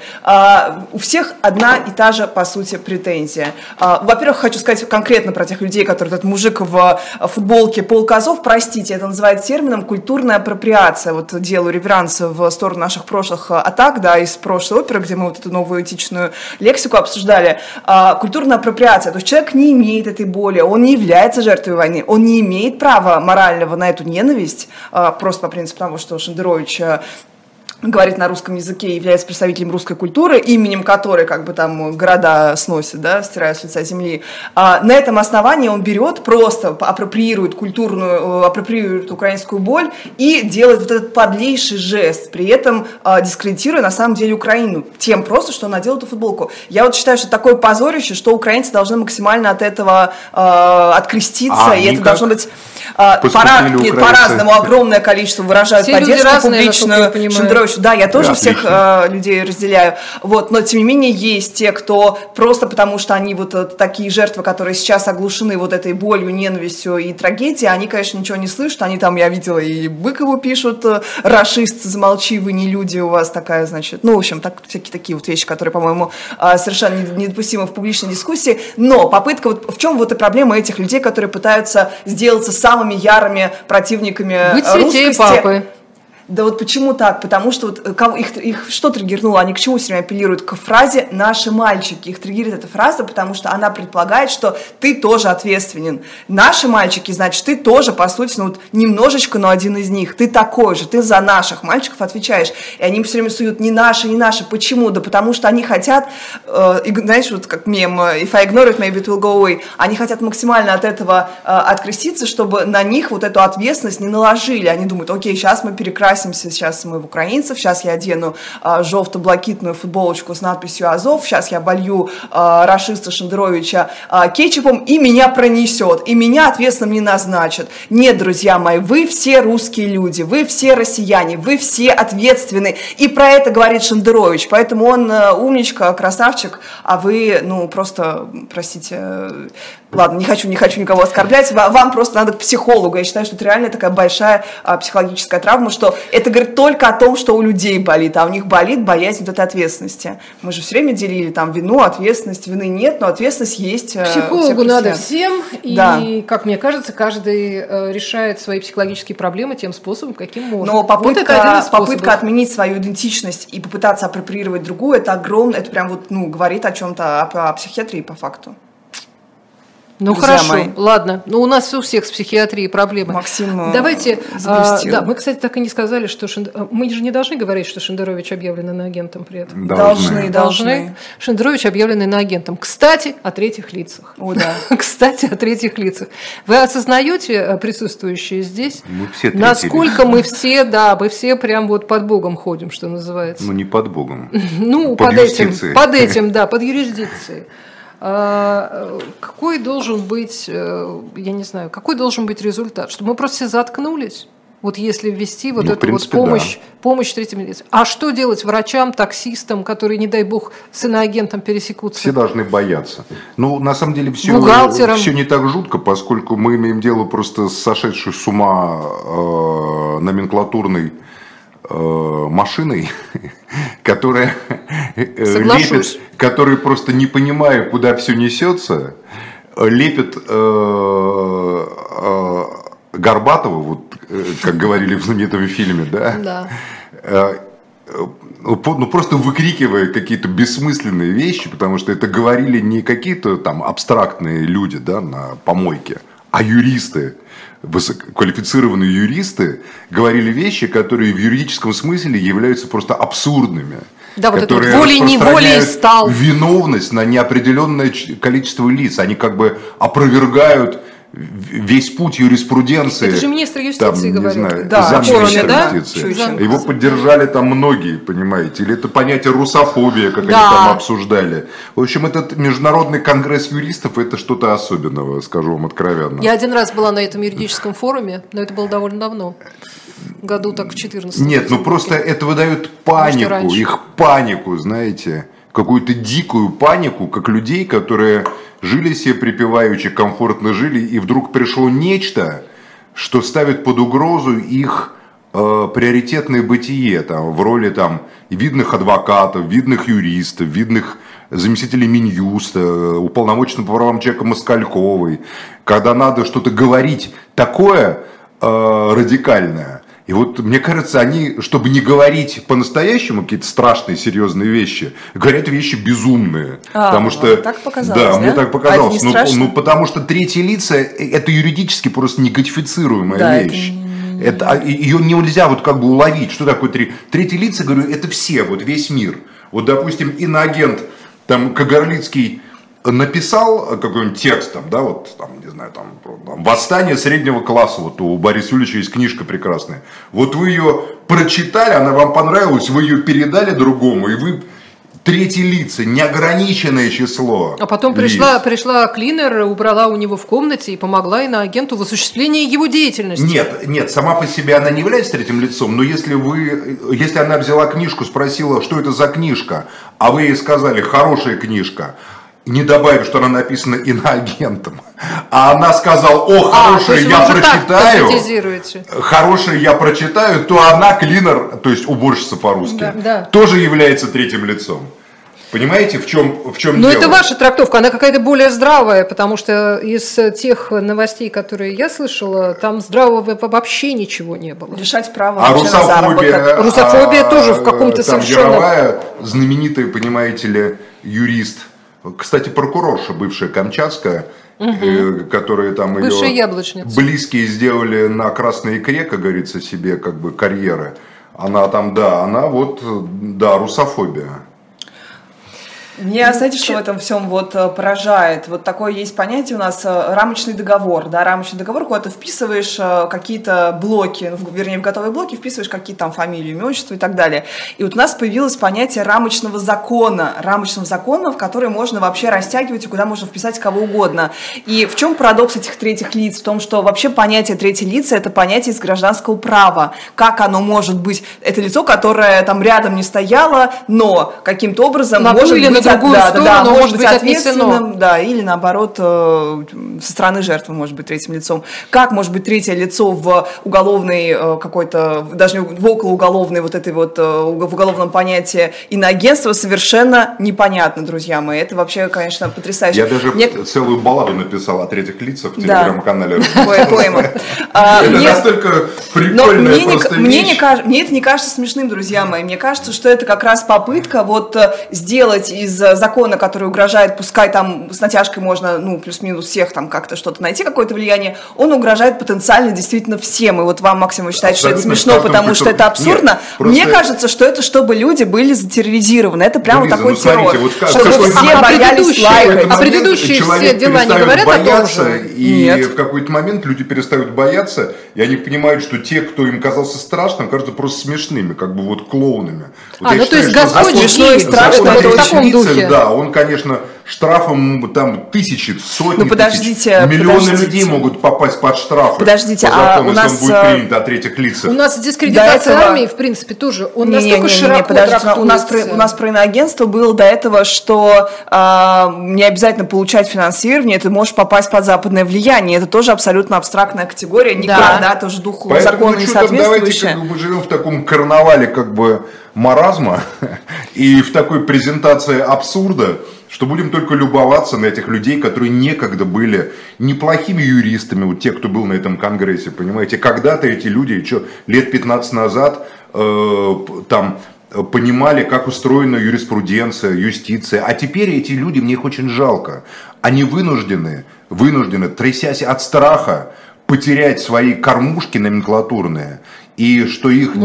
У всех одна и та же, по сути, претензия. Во-первых, хочу сказать конкретно про тех людей, которые этот мужик в футболке полказов, простите, это называется термином культурная апроприация. Вот делаю реверанс в сторону наших прошлых атак, да, из прошлой оперы, где мы вот эту новую этичную лексику обсуждали. Культурная апроприация. То есть человек не имеет этой боли, он не является жертвой войны, он не имеет права морального на эту ненависть, просто по принципу того, что Шендерович говорит на русском языке, является представителем русской культуры, именем которой как бы там города сносят, да, стирают с лица земли. На этом основании он берет, просто апроприирует украинскую боль и делает вот этот подлейший жест, при этом дискредитируя на самом деле Украину тем просто, что он надел эту футболку. Я вот считаю, что такое позорище, что украинцы должны максимально от этого откреститься, и это должно быть по-разному, огромное количество выражают поддержку публичную Шендеровичу. Да, я тоже всех людей разделяю. Вот, но тем не менее есть те, кто просто потому, что они вот такие жертвы, которые сейчас оглушены вот этой болью, ненавистью и трагедией, они, конечно, ничего не слышат. Они там, я видела, и Быкову пишут: рашист, замолчи, вы не люди, у вас такая, значит, ну, в общем, всякие такие вот вещи, которые, по-моему, совершенно недопустимы в публичной дискуссии. Но попытка, вот в чем вот и проблема этих людей, которые пытаются сделаться самыми ярыми противниками быть святее папы. Да вот почему так? Потому что вот их что триггернуло? Они к чему все время апеллируют? К фразе «наши мальчики». Их триггерит эта фраза, потому что она предполагает, что ты тоже ответственен. Наши мальчики, значит, ты тоже, по сути, ну вот немножечко, но один из них. Ты такой же, ты за наших мальчиков отвечаешь. И они все время суют «не наши, не наши». Почему? Да потому что они хотят, знаешь, вот как мем «if I ignore it, maybe it will go away». Они хотят максимально от этого откреститься, чтобы на них вот эту ответственность не наложили. Они думают: окей, сейчас мы перекрасим, сейчас мы в украинцев, сейчас я одену желто-блакитную футболочку с надписью «Азов», сейчас я болью рашиста Шендеровича кетчупом, и меня пронесет, и меня ответственным не назначат. Нет, друзья мои, вы все русские люди, вы все россияне, вы все ответственны, и про это говорит Шендерович, поэтому он умничка, красавчик, а вы, ну, просто, простите, Ладно, не хочу никого оскорблять. Вам просто надо к психологу. Я считаю, что это реально такая большая психологическая травма, что это говорит только о том, что у людей болит, а у них болит боязнь вот этой ответственности. Мы же все время делили там вину, ответственность. Вины нет, но ответственность есть. Психологу надо всем, да. И, как мне кажется, каждый решает свои психологические проблемы тем способом, каким может. Но попытка отменить свою идентичность и попытаться апроприировать другую, это огромное, это прям вот, говорит о чем-то, о психиатрии по факту. Ну хорошо, ладно. Ну у нас у всех с психиатрией проблемы. Максим давайте. Да, мы, кстати, так и не сказали, что мы же не должны говорить, что Шендерович объявлен иноагентом при этом. Должны. Шендерович объявлен иноагентом. Кстати, о третьих лицах. О, да. Кстати, о третьих лицах. Вы осознаете, присутствующие здесь, мы все насколько мы все прям вот под Богом ходим, что называется. Ну не под Богом. Ну под этим, да, под юрисдикцией. Какой должен быть, я не знаю, какой должен быть результат? Чтобы мы просто все заткнулись? Вот если ввести вот эту вот помощь третьим лицам. А что делать врачам, таксистам, которые, не дай бог, с иноагентом пересекутся? Все должны бояться. Ну, на самом деле, все не так жутко, поскольку мы имеем дело просто с сошедшей с ума номенклатурной машиной, которая лепит, который просто не понимая, куда все несется, лепит Горбатова, вот как говорили в знаменитом фильме, да? Ну, просто выкрикивая какие-то бессмысленные вещи, потому что это говорили не какие-то там абстрактные люди, да, на помойке, а юристы. Высококвалифицированные юристы говорили вещи, которые в юридическом смысле являются просто абсурдными. Да, вот это вот волей-неволей стал. Виновность на неопределенное количество лиц. Они как бы опровергают весь путь юриспруденции. Это же министр юстиции говорил. Замминистра юстиции. Его поддержали там многие, понимаете. Или это понятие русофобия, как они там обсуждали. В общем, этот международный конгресс юристов, это что-то особенное, скажу вам откровенно. Я один раз была на этом юридическом форуме, но это было довольно давно. Году так в 14. Нет, ну просто это выдает панику, их панику, знаете. Какую-то дикую панику, как людей, которые жили себе припеваючи, комфортно жили, и вдруг пришло нечто, что ставит под угрозу их приоритетное бытие там, в роли там, видных адвокатов, видных юристов, видных заместителей Минюста, уполномоченного по правам человека Москальковой, когда надо что-то говорить такое радикальное. И вот, мне кажется, они, чтобы не говорить по-настоящему какие-то страшные, серьезные вещи, говорят вещи безумные. Потому что, так показалось, да, мне так показалось. Ну, потому что третьи лица, это юридически просто некодифицируемая вещь. Ее нельзя вот как бы уловить. Что такое третьи лица? Говорю, это все, вот весь мир. Вот, допустим, иноагент, там, Кагарлицкий написал какой-нибудь текст, там, да, вот, там, не знаю, там, «Восстание среднего класса», вот у Бориса Юрьевича есть книжка прекрасная. Вот вы ее прочитали, она вам понравилась, вы ее передали другому, и вы третьи лица, неограниченное число. А потом пришла клинер, убрала у него в комнате и помогла иноагенту в осуществлении его деятельности. Нет, сама по себе она не является третьим лицом, но если она взяла книжку, спросила, что это за книжка, а вы ей сказали, хорошая книжка, не добавив, что она написана иноагентом, а она сказала, хорошее я прочитаю, то она клинер, то есть уборщица по-русски, тоже является третьим лицом. Понимаете, в чем дело? Но это ваша трактовка, она какая-то более здравая, потому что из тех новостей, которые я слышала, там здравого вообще ничего не было. Лишать права на заработок. Русофобия тоже в каком-то совершенно... Яровая, знаменитый, понимаете ли, юрист, кстати, прокурорша бывшая камчатская, которые там ее близкие сделали на красной икре, как говорится, себе как бы карьеры. Она там, русофобия. Меня, знаете, что в этом всем вот поражает? Вот такое есть понятие у нас рамочный договор. Да? Рамочный договор, куда ты вписываешь какие-то блоки, вернее, в готовые блоки вписываешь какие-то там фамилии, имя, отчество и так далее. И вот у нас появилось понятие рамочного закона, в который можно вообще растягивать и куда можно вписать кого угодно. И в чем парадокс этих третьих лиц? В том, что вообще понятие третье лица – это понятие из гражданского права. Как оно может быть? Это лицо, которое там рядом не стояло, но каким-то образом может быть другую сторону может быть отнесено. Да, или наоборот, со стороны жертвы может быть третьим лицом. Как может быть третье лицо в уголовной какой-то, даже в околоуголовной вот этой вот, в уголовном понятии иноагентства, совершенно непонятно, друзья мои. Это вообще, конечно, потрясающе. Я даже целую балладу написал о третьих лицах в телеграм-канале. Это настолько прикольно. Мне это не кажется смешным, друзья мои. Мне кажется, что это как раз попытка вот сделать из закона, который угрожает, пускай там с натяжкой можно, ну, плюс-минус всех там как-то что-то найти, какое-то влияние, он угрожает потенциально действительно всем. И вот вам, Максим, вы считаете, что это смешно, потому что это абсурдно. Мне кажется, что это чтобы люди были затерроризированы. Это прямо такой террор. Чтобы все боялись лайкать. А предыдущие все дела не говорят о том же? И в какой-то момент люди перестают бояться, и они понимают, что те, кто им казался страшным, кажутся просто смешными, как бы вот клоунами. Вот ну то есть Господь смешно и страшно в таком духе. Да, он, конечно, штрафом там тысячи, сотни тысяч, миллионы людей могут попасть под штрафы. Подождите, по закону, если он будет принят о третьих лицах. У нас дискредитация армии, в принципе, тоже. Он настолько широко трактуется. У нас про иноагентство было до этого, что не обязательно получать финансирование, ты можешь попасть под западное влияние. Это тоже абсолютно абстрактная категория, никогда тоже духу закона не соответствующая. Давайте мы живем в таком карнавале как бы маразма и в такой презентации абсурда, что будем только любоваться на этих людей, которые некогда были неплохими юристами, вот те, кто был на этом конгрессе, понимаете, когда-то эти люди, лет 15 назад там понимали, как устроена юриспруденция, юстиция, а теперь эти люди, мне их очень жалко, они вынуждены, трясясь от страха, потерять свои кормушки номенклатурные, и что их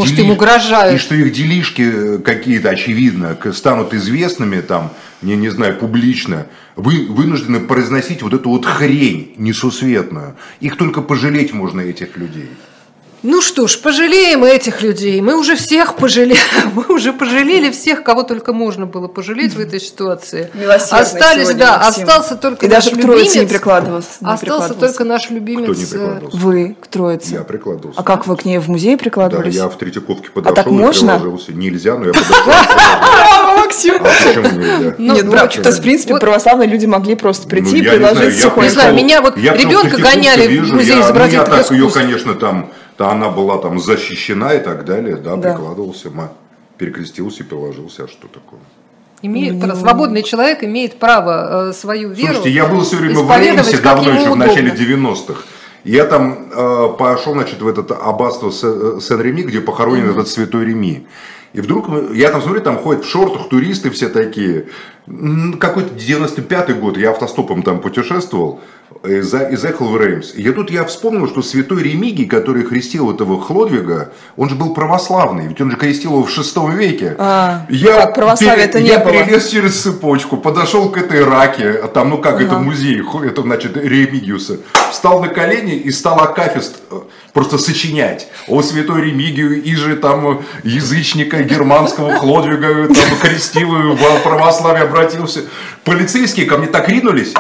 делишки какие-то, очевидно, станут известными, там, не знаю, публично, вы вынуждены произносить вот эту вот хрень несусветную. Их только пожалеть можно, этих людей. Ну что ж, пожалеем этих людей. Мы уже всех пожалели. Мы уже пожалели всех, кого только можно было пожалеть в этой ситуации. Остались, остался только наш любимец. И даже к Троице не прикладывался. Остался только наш любимец. Кто не прикладывался? Вы к Троице. Я прикладывался. А как вы к ней в музей прикладывались? Да, я в Третьяковке подошел так можно? и приложился. Нельзя, но я подошел. Максим! А почему нельзя? Нет, то есть, в принципе, православные люди могли просто прийти и приложить сухой. Не знаю, меня вот ребенка гоняли в музей изобразительных искусств. Ее, конечно, там... она была там защищена и так далее, прикладывался, перекрестился и приложился, а что такое? Свободный человек имеет право свою веру. Слушайте, я был все время в Реймсе давно, еще в начале 90-х. Я там пошел, значит, в это аббатство Сен-Реми, где похоронен этот святой Реми. И вдруг, я там смотрю, там ходят в шортах туристы все такие. Какой-то 95-й год, я автостопом там путешествовал и заехал в Реймс. И я вспомнил, что святой Ремигий, который крестил этого Хлодвига, он же был православный, ведь он же крестил его в VI веке. Православия-то не было. Я перелез через цепочку, подошел к этой раке, там, это музей, это, значит, Ремигиуса, встал на колени и стал акафист просто сочинять. О святой Ремигию, и же там язычника германского Хлодвига, там, крестил его, в православие обратился. Полицейские ко мне так ринулись,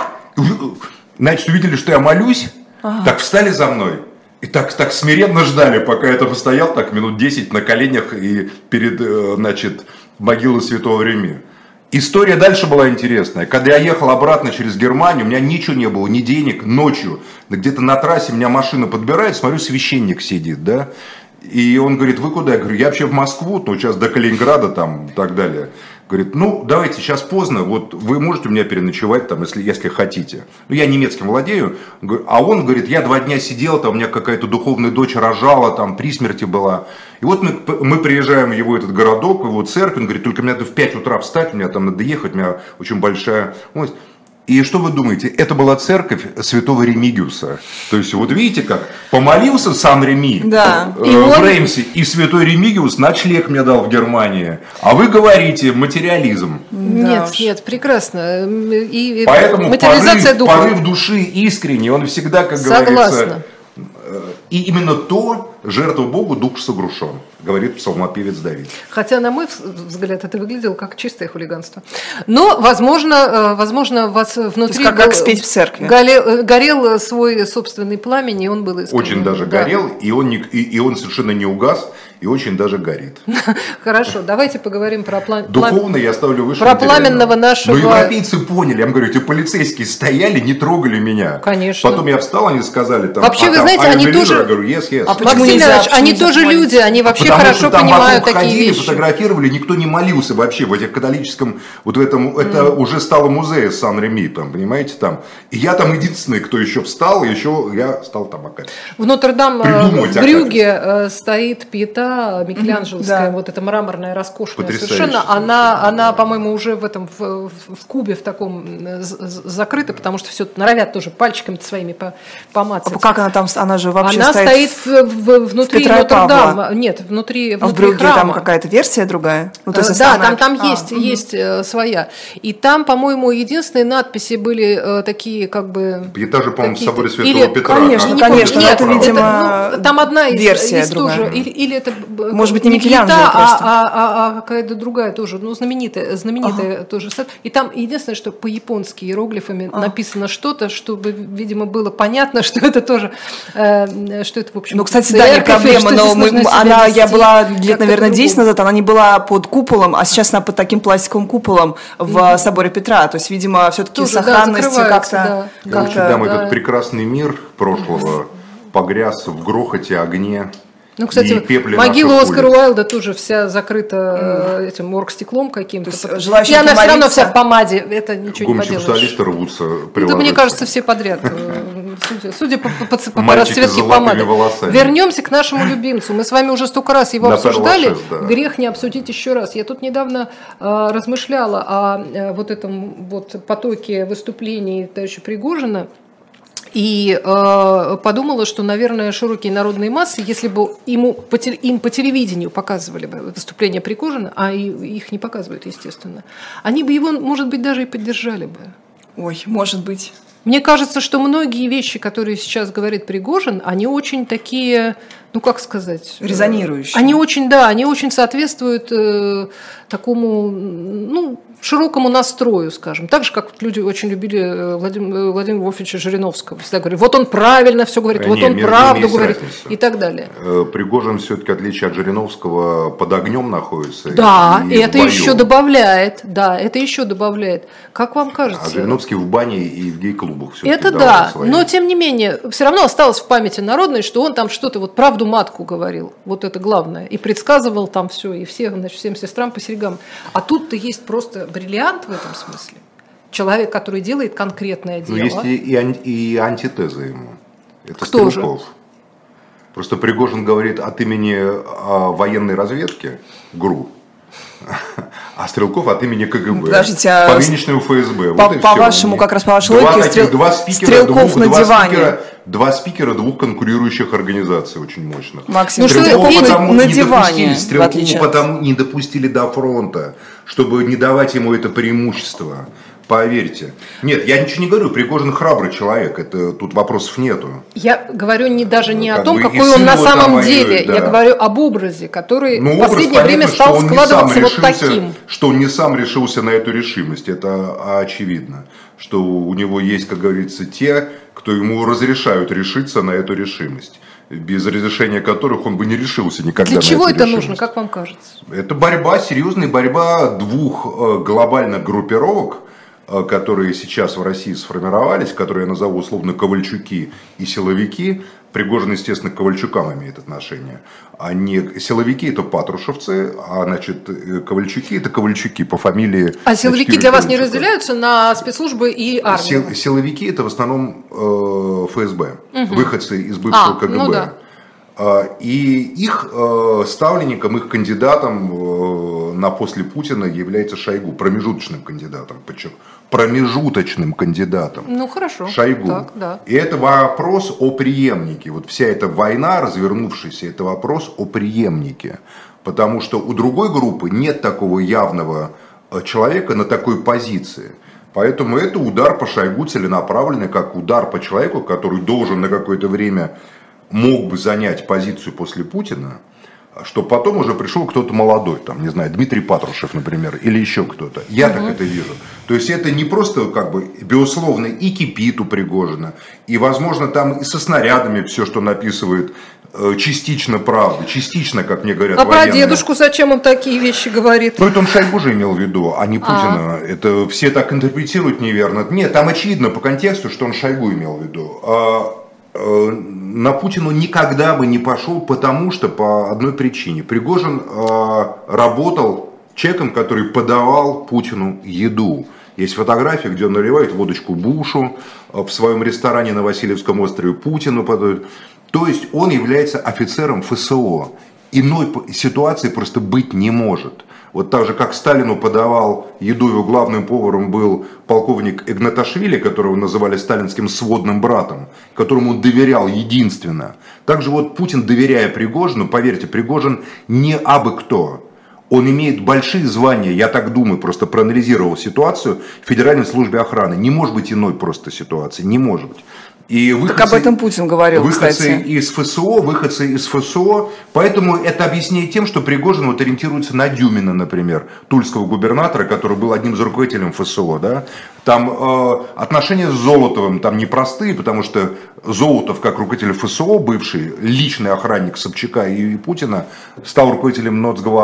значит, увидели, что я молюсь, так встали за мной и так смиренно ждали, пока я там стоял так минут 10 на коленях и перед, значит, могилой святого Реми. История дальше была интересная. Когда я ехал обратно через Германию, у меня ничего не было, ни денег, ночью. Где-то на трассе меня машина подбирает, смотрю, священник сидит, да. И он говорит, вы куда? Я говорю, я вообще в Москву, сейчас до Калининграда там и так далее. Говорит, давайте, сейчас поздно, вот вы можете у меня переночевать, там, если хотите. Я немецким владею. А он говорит, я 2 дня сидел, там у меня какая-то духовная дочь рожала, там при смерти была. И вот мы приезжаем в его этот городок, в его церковь, он говорит, только мне надо в 5 утра встать, мне там надо ехать, у меня очень большая... И что вы думаете? Это была церковь святого Ремигиуса. То есть, вот видите как? Помолился Сан-Реми в Реймсе, и святой Ремигиус ночлег мне дал в Германии. А вы говорите материализм. Нет, прекрасно. И поэтому материализация порыв души искренний, он всегда, как говорится... И именно то, жертва Богу, дух согрушен, говорит псалмопевец Давид. Хотя, на мой взгляд, это выглядело как чистое хулиганство. Но, возможно, у вас внутри... Как спеть в церкви. Горел свой собственный пламень, и он был искренним. Очень даже горел, и он совершенно не угас, и очень даже горит. Хорошо, давайте поговорим про Духовно я ставлю выше про пламенного нашего... Но европейцы поняли, я вам говорю, эти полицейские стояли, не трогали меня. Конечно. Потом я встал, они сказали там... Вообще, вы знаете, они тоже... Я говорю, yes. А Максим Иванович, они тоже люди, они вообще хорошо понимают такие ходили, вещи. Фотографировали, никто не молился вообще в этих католическом... Вот в этом... Это уже стало музеем Сан-Реми, там, понимаете, там. И я там единственный, кто еще встал, еще я стал там опять. В Нотр-Дам в Брюгге стоит пиета микеланджеловская, вот эта мраморная, роскошная совершенно. Она, по-моему, уже в кубе в таком закрыта, потому что все норовят тоже пальчиками своими помацать. А как она там, она же вообще она стоит внутри Нотр-Дама. Нет, внутри в Брюгге храма. Там какая-то версия другая? Ну, то есть да, там есть своя. И там, по-моему, единственные надписи были такие, как бы... Пиета же, по-моему, в соборе Святого Петра. Конечно, это, видимо, там одна версия из другая. тоже. Или это... Может быть, не Микеланджело просто. А какая-то другая тоже, знаменитая тоже. И там единственное, что по-японски иероглифами написано что-то, чтобы, видимо, было понятно, что это тоже, что это, в общем... Ну, кстати, да, не проблема, но я была лет, наверное, 10 назад, она не была под куполом, а сейчас она под таким пластиковым куполом в соборе Петра. То есть, видимо, все-таки сохранность как-то... Там этот прекрасный мир прошлого погряз в грохоте, огне. Ну, кстати, могила Оскара Уайлда тоже вся закрыта этим оргстеклом каким-то. И она все равно вся в помаде. Это ничего не поделаешь. Гомосексуалисты рвутся приложить. Это, мне кажется, все подряд. Судя по расцветке помады. Вернемся к нашему любимцу. Мы с вами уже столько раз его обсуждали. Грех не обсудить еще раз. Я тут недавно размышляла о вот этом вот потоке выступлений товарища Пригожина. И подумала, что, наверное, широкие народные массы, если бы им по телевидению показывали бы выступления Пригожина, а их не показывают, естественно, они бы его, может быть, даже и поддержали бы. Ой, может быть. Мне кажется, что многие вещи, которые сейчас говорит Пригожин, они очень такие, ну как сказать... Резонирующие. Они очень соответствуют такому, ну, широкому настрою, скажем. Так же, как люди очень любили Владимира Вольфовича Жириновского. Всегда говорили, вот он правильно все говорит, вот он правду говорит и так далее. Пригожин все-таки, в отличие от Жириновского, под огнем находится. Да, и это еще добавляет. Как вам кажется? А Жириновский в бане и в гей-клубах все-таки. Это да, но тем не менее, все равно осталось в памяти народной, что он там что-то, вот правду матку говорил, вот это главное, и предсказывал там все, и всем сестрам по серьгам. А тут-то есть просто бриллиант в этом смысле. Человек, который делает конкретное дело. Но есть и антитеза ему. Это Кто Стрелков. же? Просто Пригожин говорит от имени военной разведки ГРУ, а Стрелков от имени КГБ. Подождите, по нынешнему ФСБ. По вашему, как раз по вашей логике, Стрелков на диване. Два спикера двух конкурирующих организаций очень мощных. Максим, Стрелкова на диване, потому не допустили до фронта, чтобы не давать ему это преимущество. Поверьте. Нет, я ничего не говорю, Пригожин храбрый человек, это тут вопросов нету. Я говорю даже не о том, какой он на самом деле, я говорю об образе, который в последнее время стал складываться вот таким. Что он не сам решился на эту решимость, это очевидно. Что у него есть, как говорится, те, кто ему разрешают решиться на эту решимость, без разрешения которых он бы не решился никогда. Для чего это нужно, как вам кажется? Это борьба, серьезная борьба двух глобальных группировок, которые сейчас в России сформировались, которые я назову условно ковальчуки и силовики. Пригожин, естественно, к ковальчукам имеет отношение. А не силовики — это патрушевцы, а значит, ковальчуки — это ковальчуки по фамилии. А силовики для вас не разделяются на спецслужбы и армию? Силовики — это в основном ФСБ, выходцы из бывшего КГБ. Ну да. И их ставленником, их кандидатом на после Путина является Шойгу, промежуточным кандидатом, промежуточным кандидатом. Ну хорошо. Шойгу. Так, да. И это вопрос о преемнике. Вот вся эта война, развернувшаяся, это вопрос о преемнике. Потому что у другой группы нет такого явного человека на такой позиции. Поэтому это удар по Шойгу целенаправленный, как удар по человеку, который должен на какое-то время мог бы занять позицию после Путина, чтобы потом уже пришел кто-то молодой, там, не знаю, Дмитрий Патрушев, например, или еще кто-то. Я так это вижу. То есть это не просто, как бы, безусловно, и кипит у Пригожина, и, возможно, там и со снарядами все, что он описывает, частично правда, частично, как мне говорят, военные. Про дедушку зачем он такие вещи говорит? Ну, это он Шойгу же имел в виду, а не Путина. Это все так интерпретируют неверно. Нет, там очевидно по контексту, что он Шойгу имел в виду. На Путину никогда бы не пошел, потому что по одной причине. Пригожин работал человеком, который подавал Путину еду. Есть фотография, где он наливает водочку Бушу в своем ресторане на Васильевском острове, Путину подает. То есть он является офицером ФСО. Иной ситуации просто быть не может. Вот так же, как Сталину подавал еду, его главным поваром был полковник Игнаташвили, которого называли сталинским сводным братом, которому он доверял единственно. Также вот Путин, доверяя Пригожину, поверьте, Пригожин не абы кто. Он имеет большие звания, я так думаю, просто проанализировал ситуацию в Федеральной службе охраны. Не может быть иной просто ситуации, не может быть. И выходцы, так об этом Путин говорил, выходцы из ФСО, поэтому это объясняет тем, что Пригожин вот ориентируется на Дюмина, например, тульского губернатора, который был одним из руководителей ФСО, да? Там отношения с Золотовым там непростые, потому что Золотов, как руководитель ФСО, бывший личный охранник Собчака и Путина, стал руководителем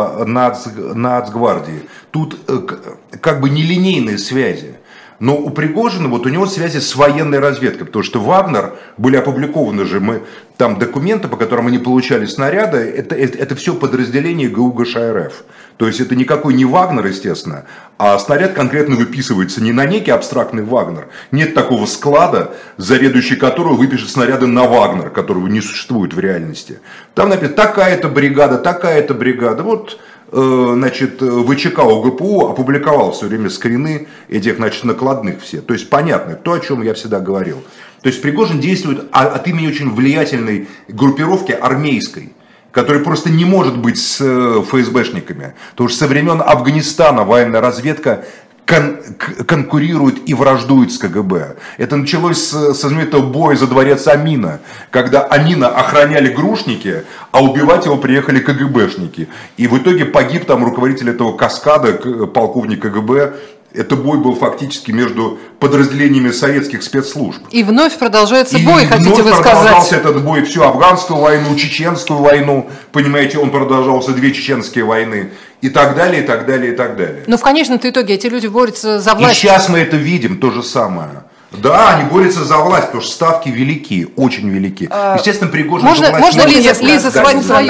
Нацгвардии. Тут как бы нелинейные связи. Но у Пригожина, вот у него связи с военной разведкой, потому что Вагнер, были опубликованы же там документы, по которым они получали снаряды, это все подразделение ГУ ГШРФ. То есть это никакой не Вагнер, естественно, а снаряд конкретно выписывается не на некий абстрактный Вагнер. Нет такого склада, заведующий которого выпишет снаряды на Вагнер, которого не существует в реальности. Там написано такая-то бригада, вот... Значит, ВЧК ОГПУ опубликовал все время скрины этих, значит, накладных все. То есть понятно, то, о чем я всегда говорил. То есть Пригожин действует от имени очень влиятельной группировки армейской, которая просто не может быть с ФСБшниками. Потому что со времен Афганистана военная разведка конкурирует и враждует с КГБ. Это началось со знаменитого боя за дворец Амина, когда Амина охраняли грушники, а убивать его приехали КГБшники. И в итоге погиб там руководитель этого каскада, полковник КГБ. Это бой был фактически между подразделениями советских спецслужб. И вновь продолжается бой, хотите вы сказать? Продолжался этот бой всю афганскую войну, чеченскую войну. Понимаете, он продолжался 2 чеченские войны. И так далее, и так далее, и так далее. Но в конечном-то итоге эти люди борются за власть. И сейчас мы это видим, то же самое. Да, они борются за власть, потому что ставки велики, очень велики. Естественно, Пригожин... Можно Лиза свою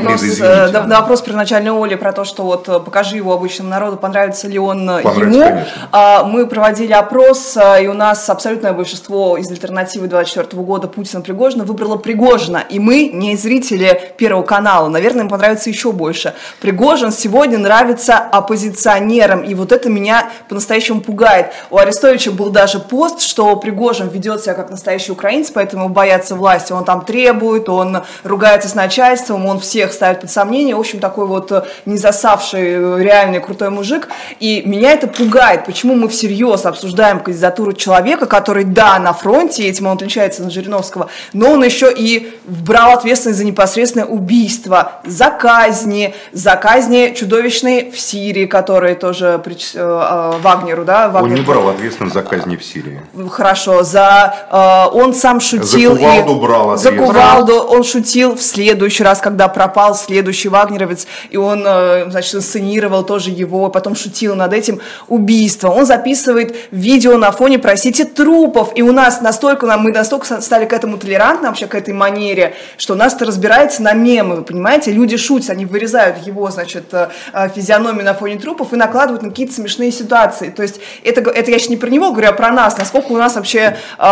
на вопрос первоначальной Оли про то, что вот покажи его обычному народу, понравится ли он ему. Конечно. Мы проводили опрос, и у нас абсолютное большинство из альтернативы 24 года Путина Пригожина выбрало Пригожина. И мы не зрители Первого канала, наверное, им понравится еще больше. Пригожин сегодня нравится оппозиционерам, и вот это меня по-настоящему пугает. У Арестовича был даже пост, что Пригожин ведет себя как настоящий украинец, поэтому его боятся власти. Он там требует, он ругается с начальством, он всех ставит под сомнение. В общем, такой вот не засавший, реальный крутой мужик. И меня это пугает. Почему мы всерьез обсуждаем кандидатуру человека, который, да, на фронте, этим он отличается от Жириновского, но он еще и брал ответственность за непосредственное убийство, за казни чудовищные в Сирии, которые тоже Вагнеру, да? Он не брал ответственность за казни в Сирии. Хорошо, он сам шутил. За кувалду брал ответственность. За кувалду он шутил в следующий раз, когда пропал следующий вагнеровец, и он, значит, инсценировал тоже его, потом шутил над этим убийством. Он записывает видео на фоне, простите, трупов, и у нас мы настолько стали к этому толерантны, вообще к этой манере, что у нас это разбирается на мемы, вы понимаете, люди шутят, они вырезают его, значит, физиономию на фоне трупов и накладывают на какие-то смешные ситуации. То есть это я сейчас не про него говорю, а про нас, насколько у нас вообще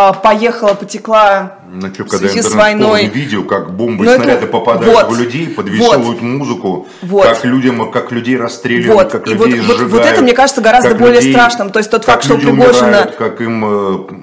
потекла в связи с войной. Видео, как бомбы и снаряды попадают в людей под веселую музыку, как людей расстреливают, как людей сжигают. Вот это, мне кажется, гораздо более страшным. То есть тот факт, что у Пригожина... Как им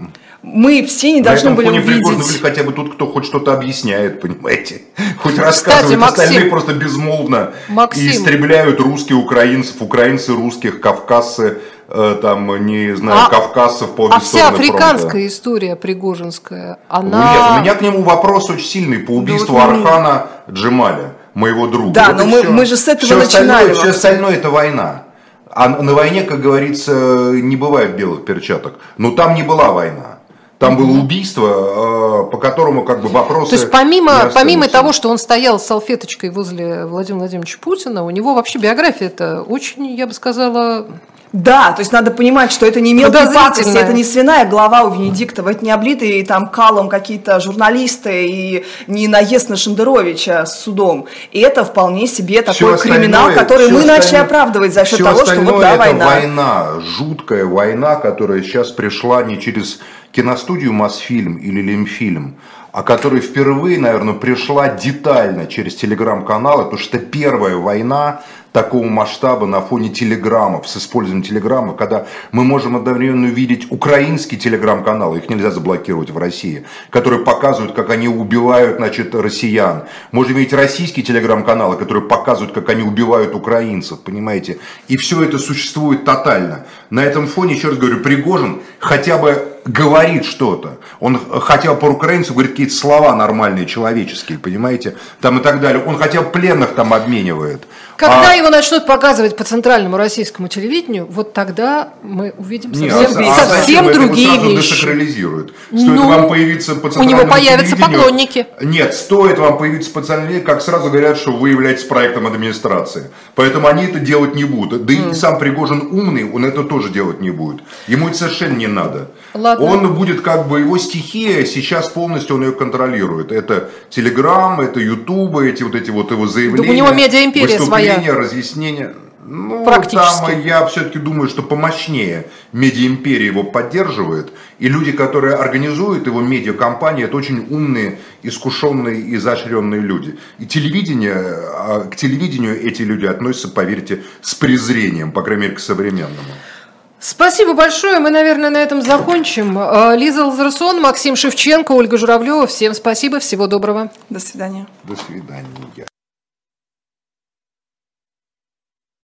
мы все не должны были увидеть... хотя бы тут, кто хоть что-то объясняет, понимаете? Хоть рассказывает, Максим, остальные просто безмолвно и истребляют русских, украинцев, украинцы русских, кавказцы, там, не знаю, кавказцев по обе стороны вся африканская фронта. История пригожинская, она... Нет, у меня к нему вопрос очень сильный по убийству Архана Джемаля, моего друга. Да, вот но мы же с этого начинали. Все остальное это война. А на войне, как говорится, не бывает белых перчаток. Но там не была война. Там было убийство, по которому как бы вопросы... То есть помимо того, что он стоял с салфеточкой возле Владимира Владимировича Путина, у него вообще биография-то очень, я бы сказала... Да, то есть надо понимать, что это не мелкие пакости, это не свиная голова у Венедиктова, это не облитые там калом какие-то журналисты и не наезд на Шендеровича с судом. И это вполне себе такой криминал, который мы начали оправдывать за счет того, что вот да, война. Война, жуткая война, которая сейчас пришла не через киностудию Мосфильм или Лемфильм, а которая впервые, наверное, пришла детально через телеграм-каналы, потому что это первая война такого масштаба на фоне телеграммов, с использованием телеграммов, когда мы можем одновременно увидеть украинские телеграм-каналы, их нельзя заблокировать в России, которые показывают, как они убивают, значит, россиян. Можем видеть российские телеграм-каналы, которые показывают, как они убивают украинцев, понимаете? И все это существует тотально. На этом фоне, еще раз говорю, Пригожин хотя бы говорит что-то. Он хотя бы по-украинцу говорит какие-то слова нормальные, человеческие, понимаете? Там и так далее. Он хотя бы пленных там обменивает. Когда его начнут показывать по центральному российскому телевидению, вот тогда мы увидим совсем другие его сразу вещи. Десакрализируют. Стоит вам появиться по центральному у него появятся поклонники. Нет, стоит вам появиться по центральному телевидению, как сразу говорят, что вы являетесь проектом администрации. Поэтому они это делать не будут. Да и сам Пригожин умный, он это тоже делать не будет. Ему это совершенно не надо. Ладно. Он будет как бы, его стихия сейчас полностью он ее контролирует. Это Телеграм, это Ютуб, эти вот его заявления. У него медиаимперия своя. Разъяснения. Ну, там я все-таки думаю, что помощнее медиаимперия его поддерживает. И люди, которые организуют его медиакомпанию, это очень умные, искушенные, изощренные люди. И к телевидению эти люди относятся, поверьте, с презрением, по крайней мере, к современному. Спасибо большое. Мы, наверное, на этом закончим. Лиза Лазерсон, Максим Шевченко, Ольга Журавлева. Всем спасибо. Всего доброго. До свидания. До свидания.